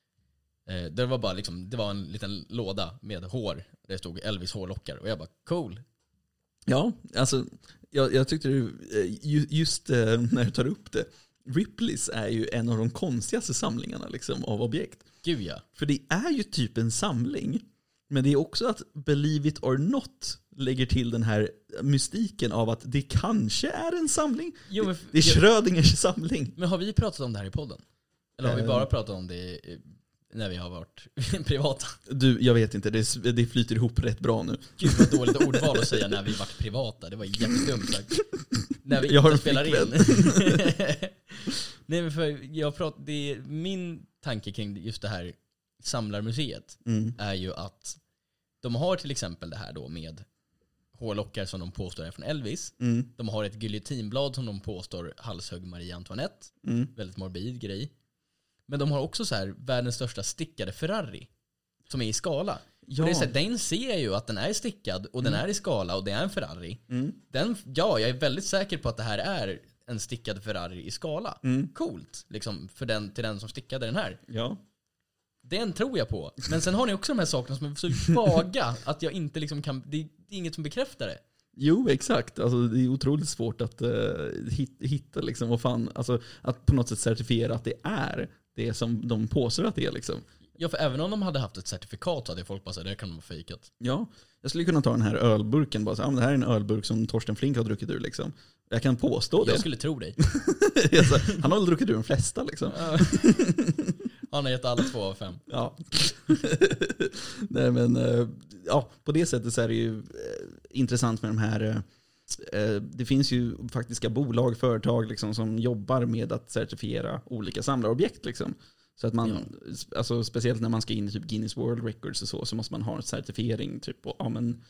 Speaker 1: Det var bara liksom, det var en liten låda med hår där det stod Elvis hårlockar och jag bara cool.
Speaker 2: Ja, alltså jag tyckte just när du tar upp det, Ripleys är ju en av de konstigaste samlingarna liksom, av objekt.
Speaker 1: Gud ja.
Speaker 2: För det är ju typ en samling, men det är också att Believe It or Not lägger till den här mystiken av att det kanske är en samling.
Speaker 1: Jo, men,
Speaker 2: det är Schrödingers samling.
Speaker 1: Men har vi pratat om det här i podden? Eller har vi bara pratat om det när vi har varit privata?
Speaker 2: Jag vet inte, det flyter ihop rätt bra nu.
Speaker 1: Gud vad dåligt ordval att säga när vi varit privata. Det var jättedumt sagt. När vi inte spelar in. Nej, men för det är min tanke kring just det här samlarmuseet är ju att de har till exempel det här då med hårlockar som de påstår är från Elvis. De har ett giljotinblad som de påstår halshögg Marie Antoinette. Väldigt morbid grej. Men de har också så här världens största stickade Ferrari som är i skala. Ja. Och det är så här, den ser ju att den är stickad och den är i skala och det är en Ferrari. Jag är väldigt säker på att det här är en stickad Ferrari i skala. Coolt, liksom, till den som stickade den här.
Speaker 2: Ja.
Speaker 1: Den tror jag på. Men sen har ni också de här sakerna som är så vaga att jag inte liksom kan, det är inget som bekräftar det.
Speaker 2: Jo, exakt. Alltså, det är otroligt svårt att hitta liksom, vad fan, alltså, att på något sätt certifiera att det är det som de påstår att det är liksom.
Speaker 1: Ja, för även om de hade haft ett certifikat så hade folk bara sagt, det kan de vara fejkat.
Speaker 2: Ja, jag skulle kunna ta den här ölburken bara så, det här är en ölburk som Torsten Flink har druckit ur liksom. Jag kan påstå det.
Speaker 1: Jag skulle tro dig.
Speaker 2: Alltså, han har väl druckit ur de flesta liksom.
Speaker 1: Han har gett alla 2 av 5.
Speaker 2: Ja. Nej, men ja, på det sättet så är det ju intressant med de här. Det finns ju faktiska bolag, företag liksom, som jobbar med att certifiera olika samlarobjekt liksom. Så att man, alltså, speciellt när man ska in i typ Guinness World Records och så måste man ha en certifiering typ på,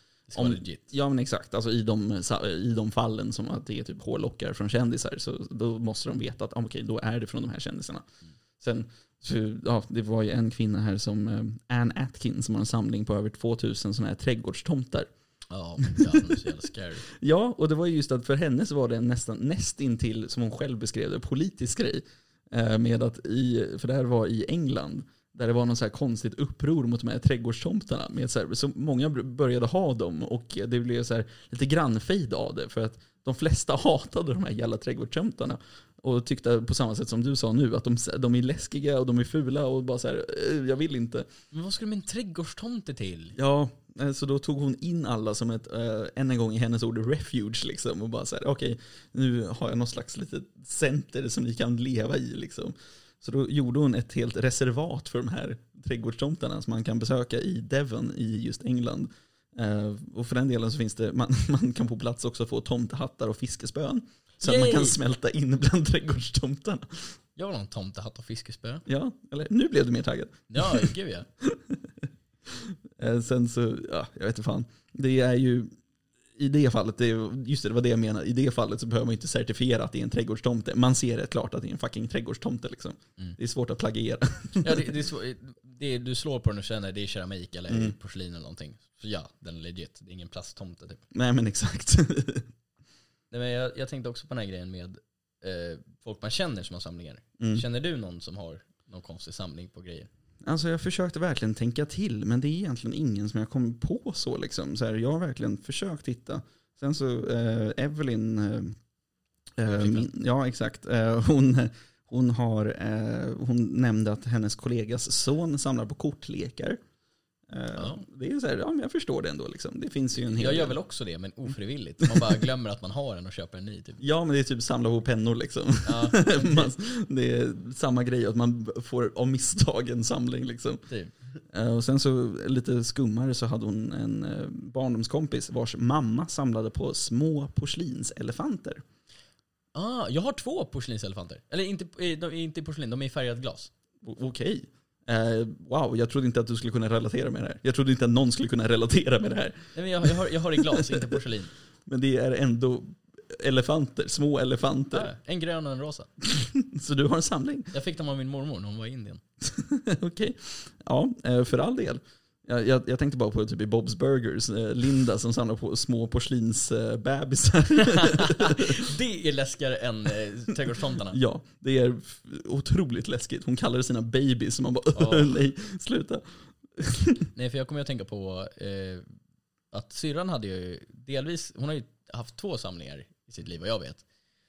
Speaker 2: ja men exakt, alltså i de fallen som att det är typ hårlockar från kändisar, så då måste de veta att okej, då är det från de här kändisarna. Sen så, ja, det var ju en kvinna här som Anne Atkins som har en samling på över 2000 såna här trädgårdstomtar.
Speaker 1: Ja, det är så jävla scary.
Speaker 2: Ja, och det var ju just att för henne så var det en nästintill, som hon själv beskrev det, politisk grej. Med att för det här var i England, Där det var någon så här konstigt uppror mot de här trädgårdstomtarna. Med så många började ha dem och det blev så här lite grannfejd av det. För att de flesta hatade de här jävla trädgårdstomtarna. Och tyckte på samma sätt som du sa nu att de är läskiga och de är fula och bara så här, jag vill inte.
Speaker 1: Men vad skulle med en trädgårdstomte till?
Speaker 2: Ja, så då tog hon in alla som än en gång i hennes ord refuge liksom. Och bara så här, okej, nu har jag någon slags litet center som ni kan leva i liksom. Så då gjorde hon ett helt reservat för de här trädgårdstomtarna som man kan besöka i Devon i just England. Och för den delen så finns det, man kan på plats också få tomtehattar och fiskespön. Så att man kan smälta in bland trädgårdstomtarna.
Speaker 1: Jag vill ha en tomtehatt och fiskespö.
Speaker 2: Ja, eller nu blev du mer taggad.
Speaker 1: Ja, gud ja.
Speaker 2: Sen så, ja, jag vet inte fan. Det är ju, i det fallet, det var det jag menar. I det fallet så behöver man inte certifiera att det är en trädgårdstomte. Man ser rätt klart att det är en fucking trädgårdstomte liksom. Det är svårt att plagiera.
Speaker 1: Ja, du slår på den och känner det är keramik eller porslin eller någonting. Så ja, den är legit. Det är ingen plasttomte typ.
Speaker 2: Nej men exakt.
Speaker 1: Nej, men jag tänkte också på den här grejen med folk man känner som har samlingar. Känner du någon som har någon konstig samling på grejer?
Speaker 2: Alltså jag försökte verkligen tänka till, men det är egentligen ingen som jag kom på så liksom. Så här, jag har verkligen försökt hitta. Sen så Evelyn, ja exakt, hon nämnde att hennes kollegas son samlar på kortlekar. Det är så här, ja, men jag förstår det ändå liksom. Det finns ju en hel
Speaker 1: Jag gör väl också det, men ofrivilligt. Man bara glömmer att man har en och köper en ny typ.
Speaker 2: Ja, men det är typ samla på pennor liksom.
Speaker 1: Ja,
Speaker 2: det är samma grej att man får av misstag en samling liksom.
Speaker 1: Typ.
Speaker 2: Och sen så lite skummare så hade hon en barndomskompis vars mamma samlade på små porslinselefanter.
Speaker 1: Jag har 2 porslinselefanter. Eller inte i porslin, de är i färgat glas.
Speaker 2: Okej. Wow, jag trodde inte att du skulle kunna relatera med det här. Jag trodde inte att någon skulle kunna relatera med det här.
Speaker 1: Nej, men jag har i glas, inte porslin.
Speaker 2: Men det är ändå elefanter, små elefanter.
Speaker 1: Ja, en grön och en rosa.
Speaker 2: Så du har en samling?
Speaker 1: Jag fick dem av min mormor när hon var i Indien.
Speaker 2: Okej. Ja, för all del. Jag tänkte bara på typ i Bob's Burgers, Linda som samlar på små porslinsbebisar.
Speaker 1: Det är läskigare än trädgårdstomtarna.
Speaker 2: Ja, det är otroligt läskigt. Hon kallar det sina babies och man bara, nej, sluta.
Speaker 1: Nej, för jag kommer att tänka på att syrran hade ju delvis, hon har ju haft 2 samlingar i sitt liv vad jag vet.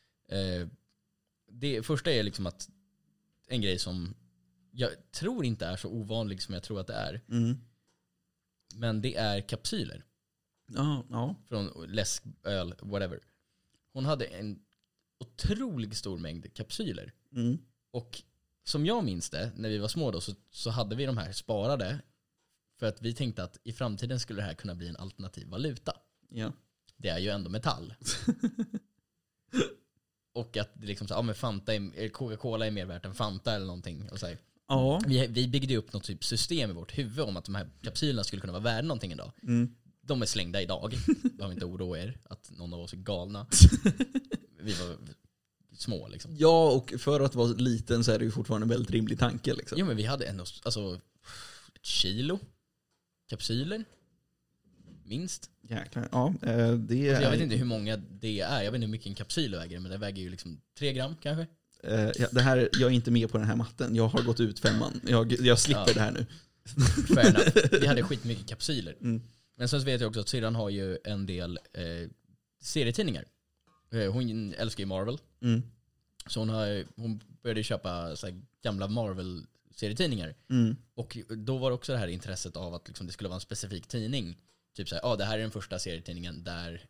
Speaker 1: Det första är liksom att en grej som jag tror inte är så ovanlig som jag tror att det är. Men det är kapsyler.
Speaker 2: Ja.
Speaker 1: Från läsk, öl, whatever. Hon hade en otroligt stor mängd kapsyler. Och som jag minns det, när vi var små då, så hade vi de här sparade. För att vi tänkte att i framtiden skulle det här kunna bli en alternativ valuta.
Speaker 2: Ja.
Speaker 1: Det är ju ändå metall. Och att det liksom så, men Coca-Cola är mer värt än Fanta eller någonting. Och så här.
Speaker 2: Ja.
Speaker 1: Vi byggde upp något typ system i vårt huvud om att de här kapsylerna skulle kunna vara värda någonting idag. De är slängda idag. Behöver inte oroa er att någon av oss är galna. Vi var små liksom.
Speaker 2: Ja, och för att vara liten så är det ju fortfarande en väldigt rimlig tanke liksom.
Speaker 1: Jo, men vi hade ändå ett kilo kapsyler. Minst.
Speaker 2: Jäklar. Ja, det är...
Speaker 1: Jag vet inte hur många det är. Jag vet inte hur mycket en kapsyl väger, men det väger ju liksom 3 gram kanske.
Speaker 2: Det här, jag är inte med på den här matten. Jag har gått ut 5:an. Jag slipper det här nu.
Speaker 1: Fair enough. Vi hade skitmycket kapsyler. Men sen så vet jag också att syrran har ju en del serietidningar. Hon älskar ju Marvel. Så hon började köpa så här gamla Marvel-serietidningar. Och då var det också det här intresset av att liksom det skulle vara en specifik tidning. Typ så här, det här är den första serietidningen där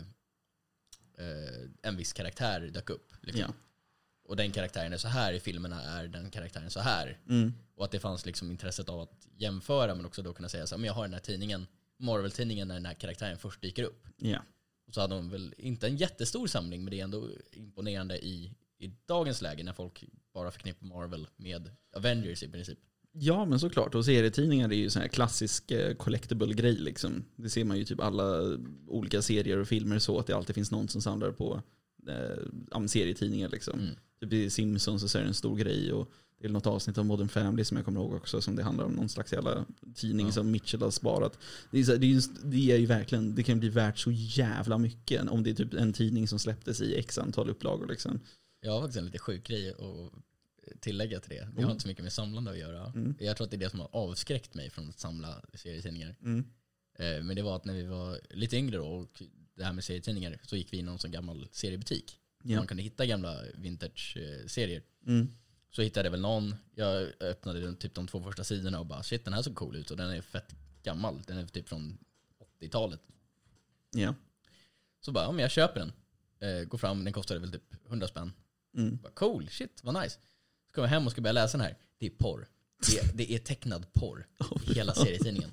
Speaker 1: en viss karaktär dök upp. Liksom. Ja. Och den karaktären är så här, i filmerna är den karaktären så här. Och att det fanns liksom intresset av att jämföra, men också då kunna säga så här, men jag har den här tidningen, Marvel-tidningen, när den här karaktären först dyker upp.
Speaker 2: Ja.
Speaker 1: Och så hade hon väl inte en jättestor samling, men det är ändå imponerande i dagens läge när folk bara förknippar Marvel med Avengers i princip.
Speaker 2: Ja, men såklart. Och serietidningar är ju sån här klassisk collectible grej liksom. Det ser man ju typ alla olika serier och filmer så att det alltid finns någon som samlar på serietidningar liksom. Typ i Simpsons så är det en stor grej, och det är något avsnitt av Modern Family som jag kommer ihåg också, som det handlar om någon slags jävla tidning som Mitchell har sparat. Det är ju verkligen, det kan bli värt så jävla mycket om det är typ en tidning som släpptes i x antal upplagor liksom.
Speaker 1: Jag har faktiskt en lite sjuk grej och tillägga till det. Det har inte så mycket med samlande att göra. Jag tror att det är det som har avskräckt mig från att samla serietidningar. Men det var att när vi var lite yngre då, och det här med serietidningar, så gick vi in i någon sån gammal seriebutik. Man kunde hitta gamla vintage-serier. Så hittade jag väl någon. Jag öppnade typ de 2 första sidorna och bara shit, den här såg cool ut. Och den är fett gammal. Den är typ från 80-talet.
Speaker 2: Ja.
Speaker 1: Så bara, men jag köper den. Går fram, den kostade väl typ 100 spänn. Bara, cool, shit, vad nice. Så kommer jag hem och ska börja läsa den här. Det är porr. Det är tecknad porr. Hela serietidningen.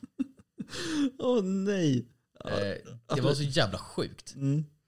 Speaker 2: Nej.
Speaker 1: Det var så jävla sjukt.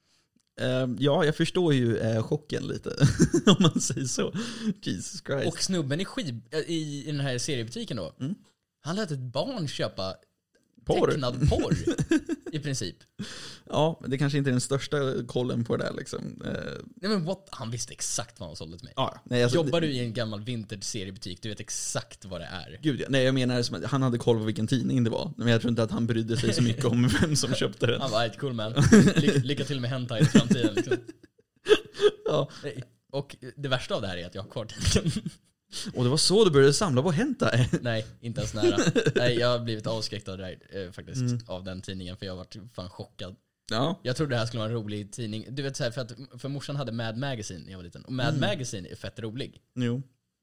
Speaker 2: Ja, jag förstår ju chocken lite. Om man säger så. Jesus Christ.
Speaker 1: Och snubben i den här seriebutiken då. Han lät ett barn köpa tecknad porr. I princip.
Speaker 2: Ja, men det kanske inte är den största kollen på det där liksom.
Speaker 1: Nej, men han visste exakt vad han sålde till mig.
Speaker 2: Ja, nej, alltså,
Speaker 1: jobbar du i en gammal vintage-seriebutik, du vet exakt vad det är.
Speaker 2: Gud, nej, jag menar som att han hade koll på vilken tidning det var. Men jag tror inte att han brydde sig så mycket om vem som köpte den.
Speaker 1: Han var cool man. Lycka till med hentai i framtiden liksom. Ja. Och det värsta av det här är att jag har kvar tidningen.
Speaker 2: Och det var så du började samla på hentai?
Speaker 1: Nej, inte ens nära. Nej, jag har blivit avskräckt av det där faktiskt, av den tidningen, för jag har varit fan chockad. Ja. Jag trodde det här skulle vara en rolig tidning. Du vet så här, för morsan hade Mad Magazine när jag var liten. Och Mad Magazine är fett rolig.
Speaker 2: Jo.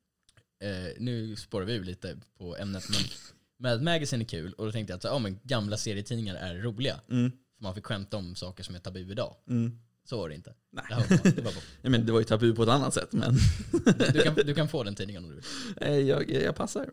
Speaker 1: Nu spårar vi ur lite på ämnet, men Mad Magazine är kul. Och då tänkte jag att men gamla serietidningar är roliga. För man fick skämta om saker som är tabu idag. Så var det inte.
Speaker 2: Nej.
Speaker 1: Det var
Speaker 2: ja, men det var ju tabu på ett annat sätt. Men
Speaker 1: du kan få den tidningen om du vill.
Speaker 2: Jag passar.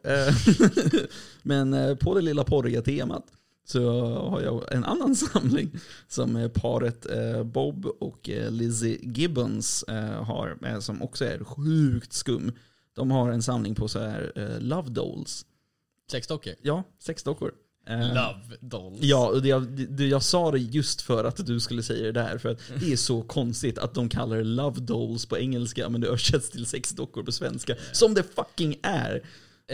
Speaker 2: Men på det lilla porriga temat så har jag en annan samling som paret Bob och Lizzie Gibbons har, som också är sjukt skum. De har en samling på så här Love Dolls.
Speaker 1: Sexdockor?
Speaker 2: Ja, sexdockor.
Speaker 1: Love Dolls.
Speaker 2: Ja, och jag sa det just för att du skulle säga det där. För att det är så konstigt att de kallar det Love Dolls på engelska, men det översätts till sexdockor på svenska. Som det fucking är.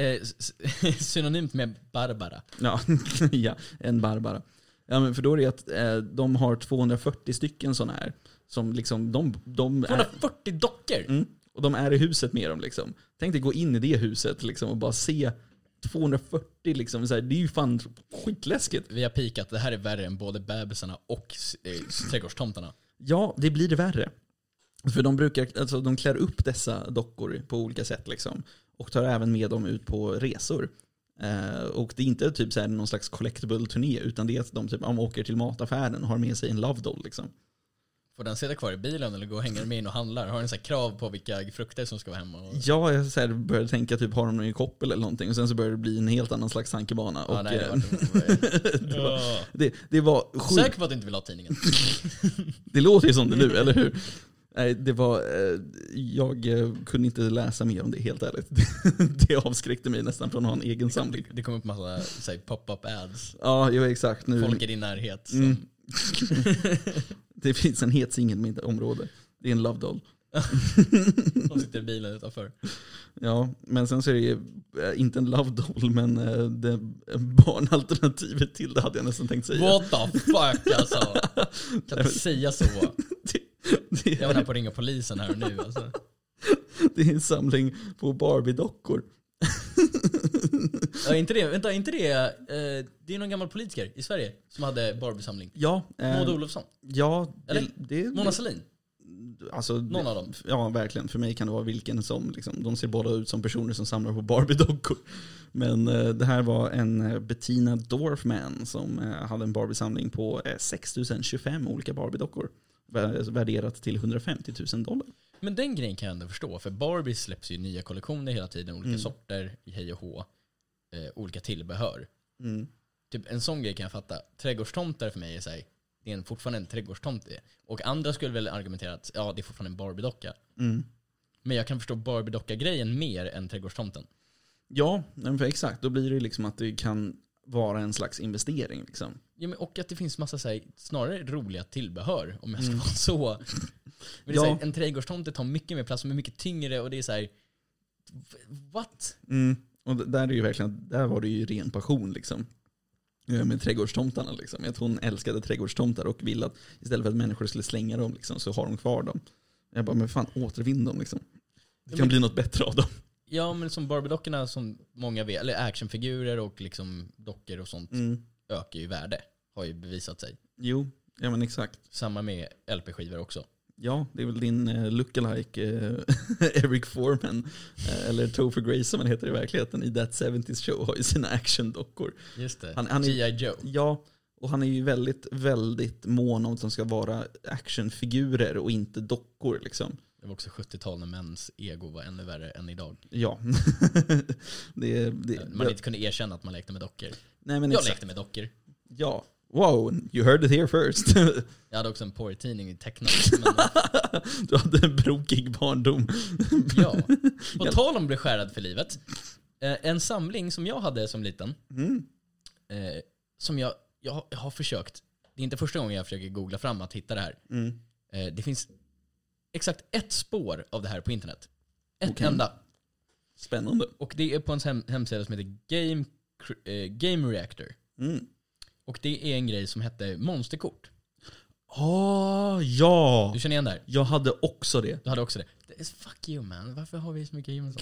Speaker 1: Synonymt med Barbara.
Speaker 2: Ja, ja, en Barbara. Ja, men för då är det att de har 240 stycken sådana här. Som liksom, de
Speaker 1: 240 dockor?
Speaker 2: Och de är i huset med dem liksom. Tänk dig gå in i det huset liksom och bara se 240 liksom, så här, det är ju fan skitläskigt.
Speaker 1: Vi har pikat, det här är värre än både bebisarna och trädgårdstomtarna.
Speaker 2: Ja, det blir det värre. För de klär upp dessa dockor på olika sätt liksom. Och tar även med dem ut på resor. Och det är inte typ så här någon slags collectible-turné, utan det är att de typ åker till mataffären och har med sig en love doll liksom.
Speaker 1: Får den sitta kvar i bilen eller gå och hänga med in och handlar? Har den så här krav på vilka frukter som ska vara hemma? Och...
Speaker 2: Ja, jag så här började tänka typ, har de någon i koppel eller någonting? Och sen så började det bli en helt annan slags tankebana.
Speaker 1: Ja,
Speaker 2: och,
Speaker 1: nej,
Speaker 2: det var sjukt.
Speaker 1: Säker på att du inte vill ha tidningen?
Speaker 2: Det låter ju som det nu, eller hur? Nej, det var... jag kunde inte läsa mer om det, helt ärligt. Det avskräckte mig nästan från att ha en egen samling.
Speaker 1: Det kom upp massa pop-up ads.
Speaker 2: Ja, jo, exakt. Nu...
Speaker 1: Folk i din närhet. Som...
Speaker 2: Det finns en het singel med område. Det är en love doll.
Speaker 1: De sitter i bilen utanför.
Speaker 2: Ja, men sen så är det inte en love doll, men det barnalternativet till det hade jag nästan tänkt säga.
Speaker 1: What the fuck alltså? Kan du säga så? Jag var här på att ringa polisen här och nu alltså.
Speaker 2: Det är en samling på Barbie-dockor.
Speaker 1: Ja, inte det. Vänta, inte det. Det är någon gammal politiker i Sverige som hade Barbie-samling.
Speaker 2: Ja.
Speaker 1: Maud Olofsson.
Speaker 2: Ja.
Speaker 1: Eller Mona Sahlin.
Speaker 2: Alltså,
Speaker 1: någon av dem.
Speaker 2: Ja, verkligen. För mig kan det vara vilken som. Liksom, de ser båda ut som personer som samlar på Barbie-dockor. Men det här var en Bettina Dorfman som hade en Barbie-samling på 6025 olika Barbie-dockor. Värderat till $150,000. Men
Speaker 1: den grejen kan jag ändå förstå. För Barbie släpps ju nya kollektioner hela tiden. Olika sorter i hej och hå. Olika tillbehör. Typ en sån grej kan jag fatta. Trädgårdstomtar för mig är så här, det är fortfarande en trädgårdstomte. Och andra skulle väl argumentera att ja, det är fortfarande en Barbie-docka. Men jag kan förstå Barbie-docka-grejen mer än trädgårdstomten. Ja, men för exakt. Då blir det liksom att det kan vara en slags investering liksom. Ja, men och att det finns massa så här, snarare roliga tillbehör, om jag ska vara så. Men det är så här, en trädgårdstomte tar mycket mer plats och är mycket tyngre, och det är så här, what? Och där är ju verkligen, där var det ju ren passion liksom. Med trädgårdstomtarna liksom. Jag tror hon älskade trädgårdstomtar och ville att istället för att människor skulle slänga dem liksom, så har de kvar dem. Jag bara, men fan, återvinn dem liksom. Det kan bli något bättre av dem. Ja, men som Barbie-dockorna som många vet, eller actionfigurer och liksom dockor och sånt ökar ju värde. Har ju bevisat sig.
Speaker 2: Jo, ja men exakt.
Speaker 1: Samma med LP-skivor också.
Speaker 2: Ja, det är väl din lookalike Eric Foreman, eller Topher Grace som han heter i verkligheten, i That 70's Show har ju sina actiondockor.
Speaker 1: Just det,
Speaker 2: han är,
Speaker 1: G.I. Joe.
Speaker 2: Ja, och han är ju väldigt, väldigt mån om att de ska vara actionfigurer och inte dockor liksom.
Speaker 1: Det var också 70-tal när mäns ego var ännu värre än idag.
Speaker 2: Ja.
Speaker 1: Man inte kunde erkänna att man lekte med dockor.
Speaker 2: Nej, men
Speaker 1: jag lekte med dockor.
Speaker 2: Ja. Wow, you heard it here first.
Speaker 1: Jag hade också en porrtidning i tecknat.
Speaker 2: Du hade en brokig barndom.
Speaker 1: Ja. På tal om bli skärad för livet. En samling som jag hade som liten. Som jag har försökt. Det är inte första gången jag försöker googla fram att hitta det här. Det finns exakt ett spår av det här på internet. Ett enda.
Speaker 2: Spännande.
Speaker 1: Och det är på en hemsida som heter Game Reactor. Och det är en grej som hette monsterkort.
Speaker 2: Ja.
Speaker 1: Du känner igen det här?
Speaker 2: Jag hade också det.
Speaker 1: Du hade också det. Fuck you man. Varför har vi så mycket gemensamt?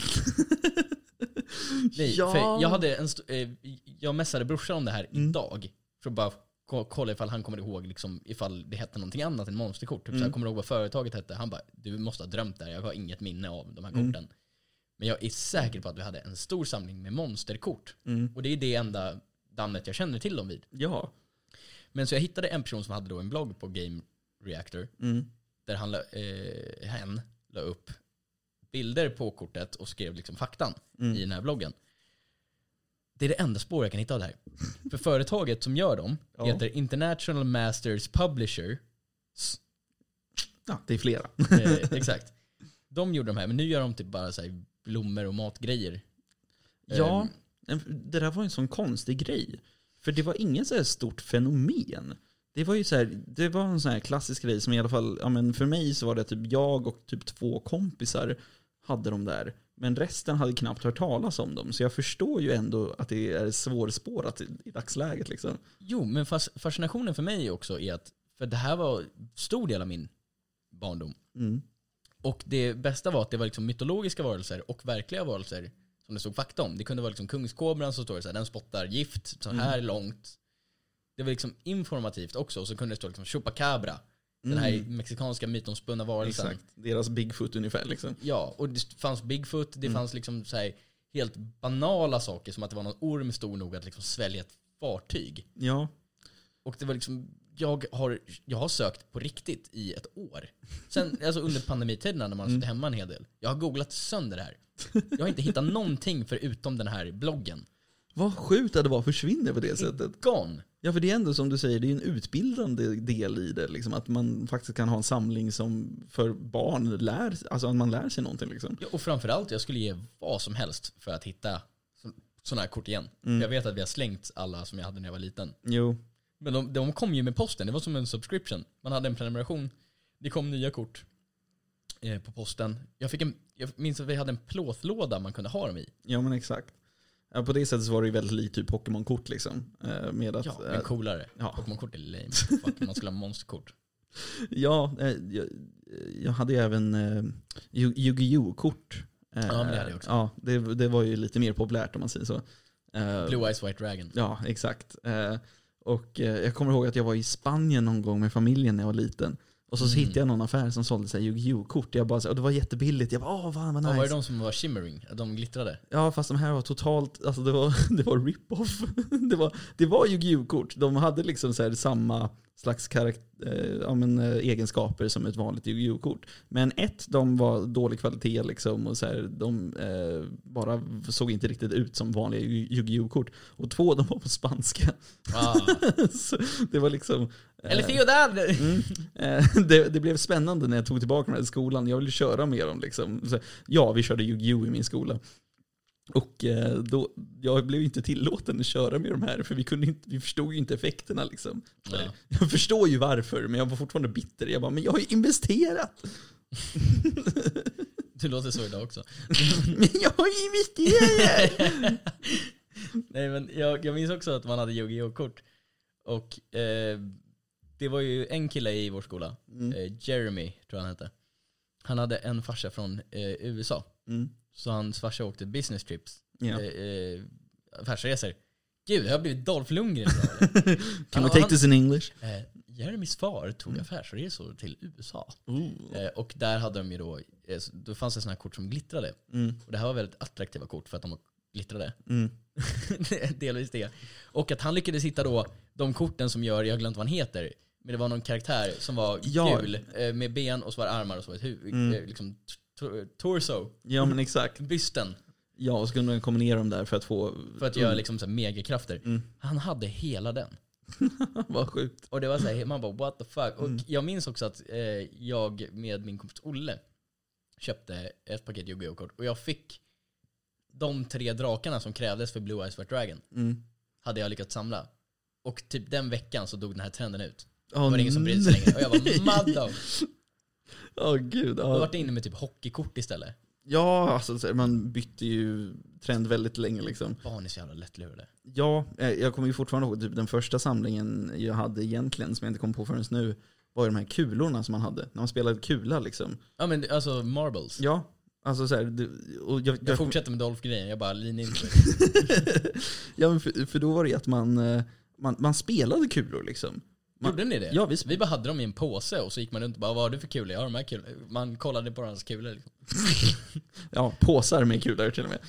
Speaker 1: Nej,
Speaker 2: ja.
Speaker 1: För jag hade jag messade brorsan om det här idag. För att bara kolla ifall han kommer ihåg liksom, ifall det hette någonting annat än monsterkort. Typ så jag kommer ihåg vad företaget hette. Han bara, du måste ha drömt där. Jag har inget minne av de här korten. Men jag är säker på att vi hade en stor samling med monsterkort. Och det är det enda namnet jag känner till dem vid.
Speaker 2: Ja.
Speaker 1: Men så jag hittade en person som hade då en blogg på Game Reactor. Där hen la upp bilder på kortet och skrev liksom faktan i den här bloggen. Det är det enda spår jag kan hitta av det här. För företaget som gör dem heter International Masters Publisher.
Speaker 2: Ja, det är flera.
Speaker 1: Exakt. De gjorde de här, men nu gör de typ bara så här blommor och matgrejer.
Speaker 2: Ja, det där var en sån konstig grej. För det var ingen så här stort fenomen. Det var ju så här, det var en sån här klassisk grej som i alla fall, ja men för mig så var det typ jag och typ 2 kompisar hade de där. Men resten hade knappt hört talas om dem. Så jag förstår ju ändå att det är svårspårat i dagsläget liksom.
Speaker 1: Jo, men fascinationen för mig också är att, för det här var stor del av min barndom. Och det bästa var att det var liksom mytologiska varelser och verkliga varelser som det stod fakta om. Det kunde vara liksom kungskobran som står så här, den spottar gift så här långt. Det var liksom informativt också. Och så kunde det stå liksom Chupacabra. Den här mexikanska mytomspunna varelsen.
Speaker 2: Exakt, deras Bigfoot ungefär liksom.
Speaker 1: Ja, och det fanns Bigfoot. Det fanns liksom så här helt banala saker. Som att det var någon orm stor nog att liksom svälja ett fartyg.
Speaker 2: Ja. Och
Speaker 1: det var liksom, jag har sökt på riktigt i ett år. Sen, alltså under pandemitiderna när man suttit hemma en hel del. Jag har googlat sönder det här. Jag har inte hittat någonting förutom den här bloggen.
Speaker 2: Vad sjukt att det var försvinner på det sättet.
Speaker 1: Gone.
Speaker 2: Ja, för det är ändå som du säger, det är en utbildande del i det. Liksom, att man faktiskt kan ha en samling som för barn alltså att man lär sig någonting. Liksom.
Speaker 1: Ja, och framförallt, jag skulle ge vad som helst för att hitta sådana här kort igen. Jag vet att vi har slängt alla som jag hade när jag var liten.
Speaker 2: Jo.
Speaker 1: Men de kom ju med posten, det var som en subscription. Man hade en prenumeration. Det kom nya kort på posten. Jag minns att vi hade en plåtlåda man kunde ha dem i.
Speaker 2: Ja, men exakt. Ja, på det sättet så var det ju väldigt lite typ Pokémon-kort liksom. Med att,
Speaker 1: men coolare.
Speaker 2: Ja.
Speaker 1: Pokémon-kort är lame. Fuck, man skulle ha monsterkort.
Speaker 2: Ja, jag hade ju även Yu-Gi-Oh-kort.
Speaker 1: Ja, men det hade jag också.
Speaker 2: Ja, det var ju lite mer populärt om man säger så.
Speaker 1: Blue Eyes White Dragon.
Speaker 2: Ja, exakt. Och jag kommer ihåg att jag var i Spanien någon gång med familjen när jag var liten. Och så hittade jag någon affär som sålde sig Yu-Gi-Oh-kort. Och det var jättebilligt. Jag bara, vad nice.
Speaker 1: Var det de som var shimmering? De glittrade?
Speaker 2: Ja, fast de här var totalt, alltså det var rip-off. det var Yu-Gi-Oh-kort. De hade liksom så här samma slags egenskaper som ett vanligt Yu-Gi-Oh-kort. Men de var dålig kvalitet liksom, och så här, de bara såg inte riktigt ut som vanliga Yu-Gi-Oh-kort. Och 2, de var på spanska. Så det var liksom... Det blev spännande när jag tog tillbaka den här skolan. Jag ville köra med dem liksom. Så, ja, vi körde Yu-Gi-Oh i min skola. Och då, jag blev inte tillåten att köra med de här, för vi förstod ju inte effekterna liksom. Ja. Jag förstår ju varför, men jag var fortfarande bitter. Jag bara, men jag har ju investerat.
Speaker 1: Du låter så idag också.
Speaker 2: Men jag har ju investerat.
Speaker 1: Nej, men jag minns också att man hade Yu-Gi-Oh-kort. Och det var ju en kille i vår skola, Jeremy tror jag han hette. Han hade en farsa från USA.
Speaker 2: Mm.
Speaker 1: Så hans farsa åkte business trips.
Speaker 2: Ja.
Speaker 1: Affärsresor. Gud, jag har blivit Dolph Lundgren idag.
Speaker 2: Can we take this in English?
Speaker 1: Jeremys far tog affärsresor till USA. Och där hade de ju då fanns det sådana här kort som glittrade. Och det här var väldigt attraktiva kort för att de glittrade. Delvis det. Och att han lyckades hitta då de korten som gör, jag har glömt vad han heter, men det var någon karaktär som var gul med ben och så var det armar och så var ett huvud, liksom torso.
Speaker 2: Ja, men exakt.
Speaker 1: Bysten.
Speaker 2: Ja, och så kunde man kombinera dem där för att
Speaker 1: göra liksom så här megakrafter. Han hade hela den.
Speaker 2: Vad sjukt.
Speaker 1: Och det var så här, man bara what the fuck. Och jag minns också att jag med min kompis Olle köpte ett paket Yu-Gi-Oh-kort och jag fick de 3 drakarna som krävdes för Blue Eyes White Dragon. Hade jag lyckats samla. Och typ den veckan så dog den här trenden ut. Det var ingen som brydde sig längre. Och jag var mad.
Speaker 2: Gud.
Speaker 1: Jag var inne med typ hockeykort istället.
Speaker 2: Ja, alltså man bytte ju trend väldigt länge liksom.
Speaker 1: Barn är så jävla lättlurade.
Speaker 2: Ja, jag kommer ju fortfarande ihåg typ den första samlingen jag hade egentligen, som jag inte kom på förrän nu, var ju de här kulorna som man hade. När man spelade kula liksom.
Speaker 1: Ja, men alltså marbles.
Speaker 2: Ja, alltså så här, och jag
Speaker 1: fortsätter med Dolph-grejen, jag bara lean in.
Speaker 2: Ja, men för då var det att man spelade kulor liksom.
Speaker 1: Gjorde ni det?
Speaker 2: Ja,
Speaker 1: vi bara hade dem i en påse och så gick man runt och bara, vad har du för kulor? Ja, de här kulor. Man kollade på hans kulor liksom.
Speaker 2: Ja, påsar med kulor till och med.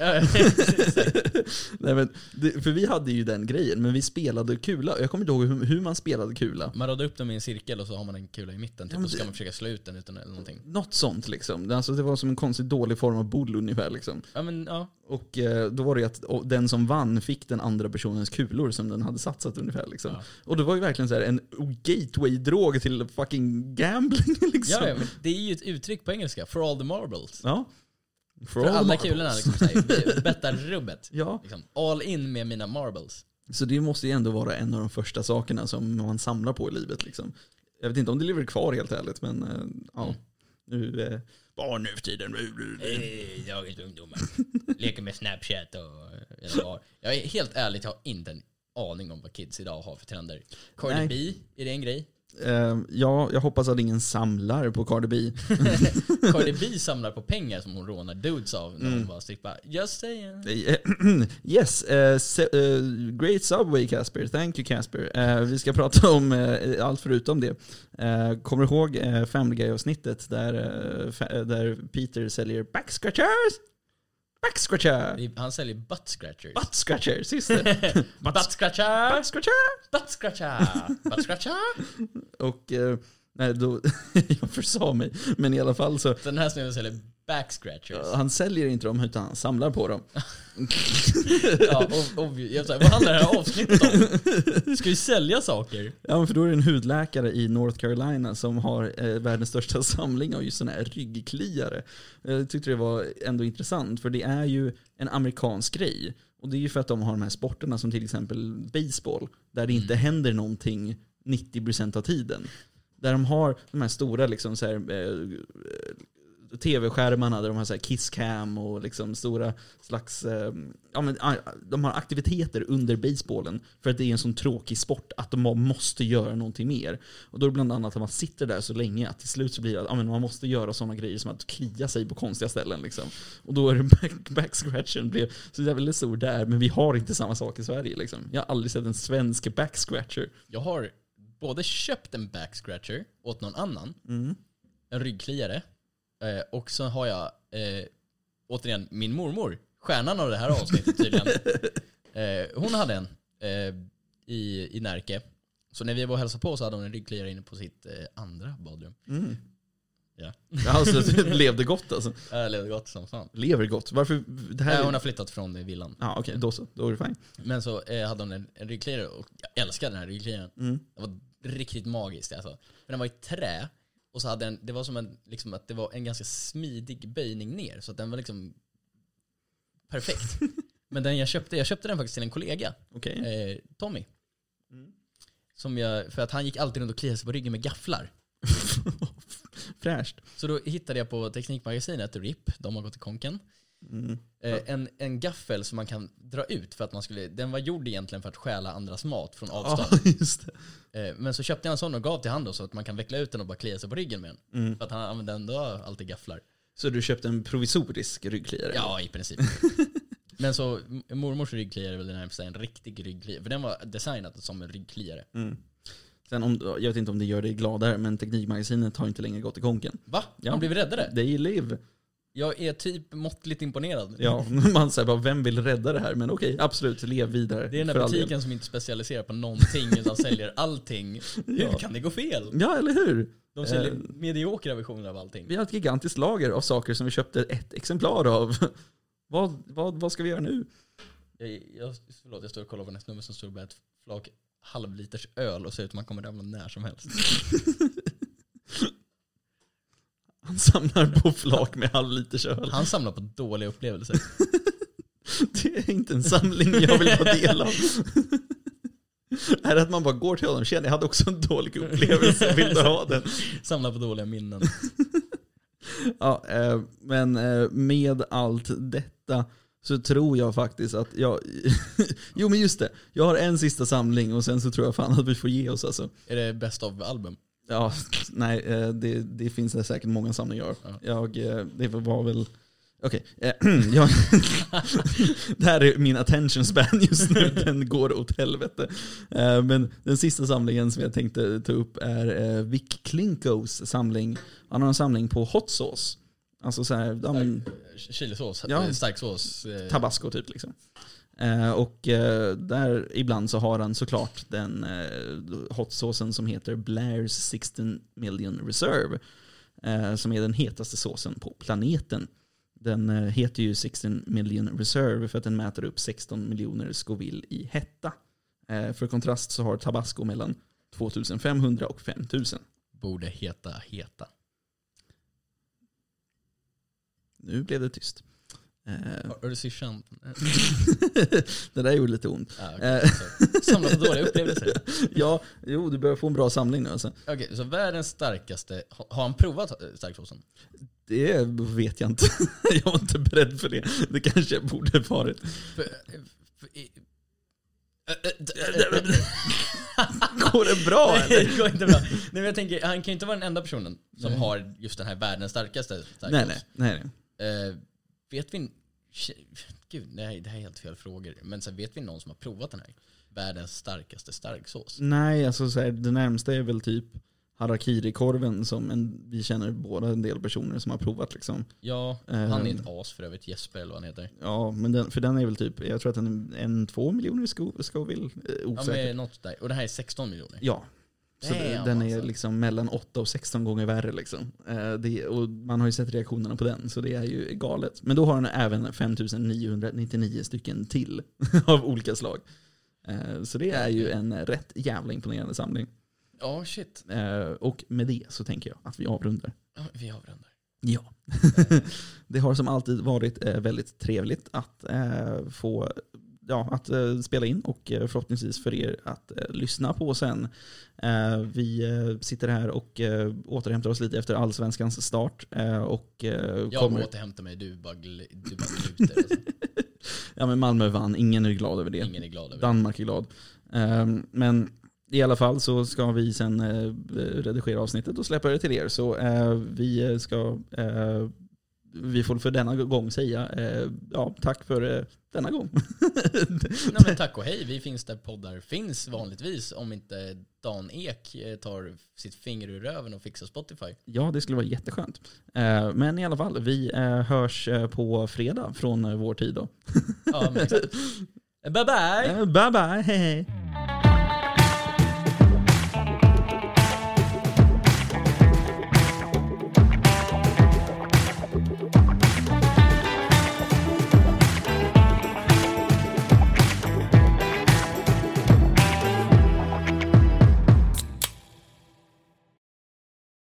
Speaker 2: Nej, men för vi hade ju den grejen, men vi spelade kula. Jag kommer inte ihåg hur man spelade kula.
Speaker 1: Man radade upp dem i en cirkel och så har man en kula i mitten typ, och så ska man försöka slå ut den utan eller någonting.
Speaker 2: Något sånt liksom. Alltså, det var som en konstigt dålig form av boll ungefär liksom.
Speaker 1: Ja, men ja.
Speaker 2: Och då var det ju att den som vann fick den andra personens kulor som den hade satsat ungefär liksom. Ja. Och det var ju verkligen så här en gateway-drog till fucking gambling liksom.
Speaker 1: Ja, men det är ju ett uttryck på engelska. For all the marbles.
Speaker 2: Ja.
Speaker 1: För alla kulorna liksom, bettar rubbet.
Speaker 2: Ja.
Speaker 1: Liksom, all in med mina marbles.
Speaker 2: Så det måste ju ändå vara en av de första sakerna som man samlar på i livet liksom. Jag vet inte om det lever kvar helt ärligt, men ja. Nu barn nu för tiden.
Speaker 1: Dagens ungdomar leker med Snapchat och jag är helt ärligt, jag har inte en aning om vad kids idag har för trender. Cardi B, är det en grej?
Speaker 2: Ja, jag hoppas att ingen samlar på Cardi B.
Speaker 1: Cardi B samlar på pengar som hon rånar dudes av när hon var strippa. Just saying.
Speaker 2: Yes, great Subway, Casper. Thank you, Casper. Vi ska prata om allt förutom det. Kommer du ihåg Family Guy-avsnittet där Peter säljer backscratchers? Backscratcher.
Speaker 1: Han säljer butt scratchers.
Speaker 2: Butt scratchers, just det.
Speaker 1: Butt scratcher.
Speaker 2: Butt scratcher.
Speaker 1: Butt scratcher. Butt scratcher.
Speaker 2: Och nej, då jag försa mig, men i alla fall så
Speaker 1: den här snubben säljer back scratchers.
Speaker 2: Han säljer inte dem utan han samlar på dem.
Speaker 1: Ja, vad handlar det här avsnittet om? Ska vi sälja saker?
Speaker 2: Ja, men för då är det en hudläkare i North Carolina som har världens största samling av just såna här ryggkliare. Jag tyckte det var ändå intressant, för det är ju en amerikansk grej. Och det är ju för att de har de här sporterna som till exempel baseball, där det inte händer någonting 90% av tiden. Där de har de här stora liksom så här, tv-skärmarna där de har så här kisscam och liksom stora slags de har aktiviteter under baseballen för att det är en sån tråkig sport att de måste göra någonting mer. Och då är det bland annat att man sitter där så länge att till slut så blir det att man måste göra såna grejer som att klia sig på konstiga ställen liksom. Och då är det backscratchen blev så väldigt stor där, men vi har inte samma sak i Sverige liksom. Jag har aldrig sett en svensk backscratcher.
Speaker 1: Jag har både köpt en backscratcher åt någon annan, en ryggkliare, och så har jag återigen min mormor, stjärnan av det här avsnittet tydligen. Hon hade en i Närke. Så när vi var och hälsade på så hade hon en ryggkliare inne på sitt andra badrum. Ja.
Speaker 2: Alltså det levde gott alltså.
Speaker 1: Ja, levde gott som fan.
Speaker 2: Lever gott. Varför det här?
Speaker 1: Hon har flyttat från villan.
Speaker 2: Ja, okej, då är det fint.
Speaker 1: Men så hade hon en ryggkliare och jag älskade den här ryggkliaren. Det var riktigt magiskt alltså. Men den var i trä. Och så hade den, det var som en, liksom att det var en ganska smidig böjning ner. Så att den var liksom perfekt. Men den jag köpte den faktiskt till en kollega.
Speaker 2: Okay.
Speaker 1: Tommy. För att han gick alltid runt och kliade sig på ryggen med gafflar.
Speaker 2: Fräscht.
Speaker 1: Så då hittade jag på Teknikmagasinet RIP, de har gått i konken. En gaffel som man kan dra ut för att den var gjord egentligen för att stjäla andras mat från avstånd.
Speaker 2: Ja, just det.
Speaker 1: Men så köpte jag en sån och gav till han då, så att man kan veckla ut den och bara klia sig på ryggen med den. För att han använder ändå alltid gafflar.
Speaker 2: Så du köpte en provisorisk ryggkliare?
Speaker 1: Ja, i princip. Men så mormors ryggkliare är väl närmast en riktig ryggkliare. För den var designad som en ryggkliare.
Speaker 2: Sen jag vet inte om det gör dig gladare, men Teknikmagasinet har inte längre gått i konken.
Speaker 1: Va? Ja. Han blev räddare?
Speaker 2: Det är liv.
Speaker 1: Jag är typ måttligt imponerad.
Speaker 2: Ja, man säger bara, vem vill rädda det här? Men okej, absolut, lev vidare.
Speaker 1: Det är den här butiken som inte specialiserar på någonting utan säljer allting. Hur kan det gå fel?
Speaker 2: Ja, eller hur?
Speaker 1: De säljer mediokra versioner av allting.
Speaker 2: Vi har ett gigantiskt lager av saker som vi köpte ett exemplar av. Vad ska vi göra nu?
Speaker 1: Jag står och kollar på nästa nummer som står bara ett flak halvliters öl och ser ut som man kommer ramla när som helst.
Speaker 2: Han samlar på flak med halvliters öl.
Speaker 1: Han samlar på dåliga upplevelser.
Speaker 2: Det är inte en samling jag vill ta del av. Är det att man bara går till honom och känner, jag hade också en dålig upplevelse, vill du ha den?
Speaker 1: Samlar på dåliga minnen.
Speaker 2: Ja, men med allt detta så tror jag faktiskt att jag... Jo, men just det. Jag har en sista samling och sen så tror jag fan att vi får ge oss alltså.
Speaker 1: Är det best of album?
Speaker 2: Ja, nej, det finns det säkert många samlingar. Ja. Det var väl... Okej, det här är min attention span just nu. Den går åt helvete. Men den sista samlingen som jag tänkte ta upp är Vic Klinkos samling. Han har en samling på hot sauce. Alltså så här,
Speaker 1: chilisås,
Speaker 2: ja,
Speaker 1: stark sås.
Speaker 2: Tabasco typ liksom. Och där ibland så har han såklart den hot saucen som heter Blair's 16 Million Reserve. Som är den hetaste såsen på planeten. Den heter ju 16 Million Reserve för att den mäter upp 16 miljoner Scoville i hetta. För kontrast så har Tabasco mellan 2500 och 5000.
Speaker 1: Borde heta.
Speaker 2: Nu blev det tyst.
Speaker 1: Har du syrsan?
Speaker 2: Det där gjorde lite ont.
Speaker 1: Okay. Samla på dåliga upplevelser.
Speaker 2: Ja, jo, du börjar få en bra samling nu alltså.
Speaker 1: Okej, så världens starkaste... Har han provat starksåsen?
Speaker 2: Det vet jag inte. Jag var inte beredd för det. Det kanske jag borde varit. Går det bra?
Speaker 1: Nej, det går inte bra. Nej, men jag tänker, han kan ju inte vara den enda personen som har just den här världens starkaste starksås.
Speaker 2: Nej.
Speaker 1: Vet vi... Gud, nej, det här är helt fel frågor. Men så vet vi någon som har provat den här världens starkaste starksås?
Speaker 2: Nej, alltså så här, det närmaste är väl typ harakiri-korven som vi känner båda en del personer som har provat liksom.
Speaker 1: Ja, han är ett as för övrigt, Jesper eller vad han heter.
Speaker 2: Ja, men den är väl typ, jag tror att den är 2 miljoner Scoville, osäker.
Speaker 1: Ja, men något där. Och det här är 16 miljoner.
Speaker 2: Ja. Så den är liksom mellan 8 och 16 gånger värre liksom. Och man har ju sett reaktionerna på den, så det är ju galet. Men då har den även 5999 stycken till av olika slag. Så det är ju en rätt jävla imponerande samling.
Speaker 1: Ja, shit.
Speaker 2: Och med det så tänker jag att vi avrundar.
Speaker 1: Ja, vi avrundar.
Speaker 2: Ja. Det har som alltid varit väldigt trevligt att få... Ja, att spela in och förhoppningsvis för er att lyssna på sen. Vi sitter här och återhämtar oss lite efter Allsvenskans start. Och
Speaker 1: jag återhämtar mig, du bara gluter. Alltså.
Speaker 2: Ja, men Malmö vann. Ingen är glad över det.
Speaker 1: Ingen är glad över
Speaker 2: Danmark är glad. Men i alla fall så ska vi sen redigera avsnittet och släppa det till er. Så vi får för denna gång säga tack för denna gång.
Speaker 1: Nej, men tack och hej. Vi finns där poddar finns vanligtvis, om inte Dan Ek tar sitt finger ur röven och fixar Spotify.
Speaker 2: Ja, det skulle vara jätteskönt. Men i alla fall, vi hörs på fredag från vår tid då.
Speaker 1: Ja, men exakt. Bye bye!
Speaker 2: Bye bye, hej hej!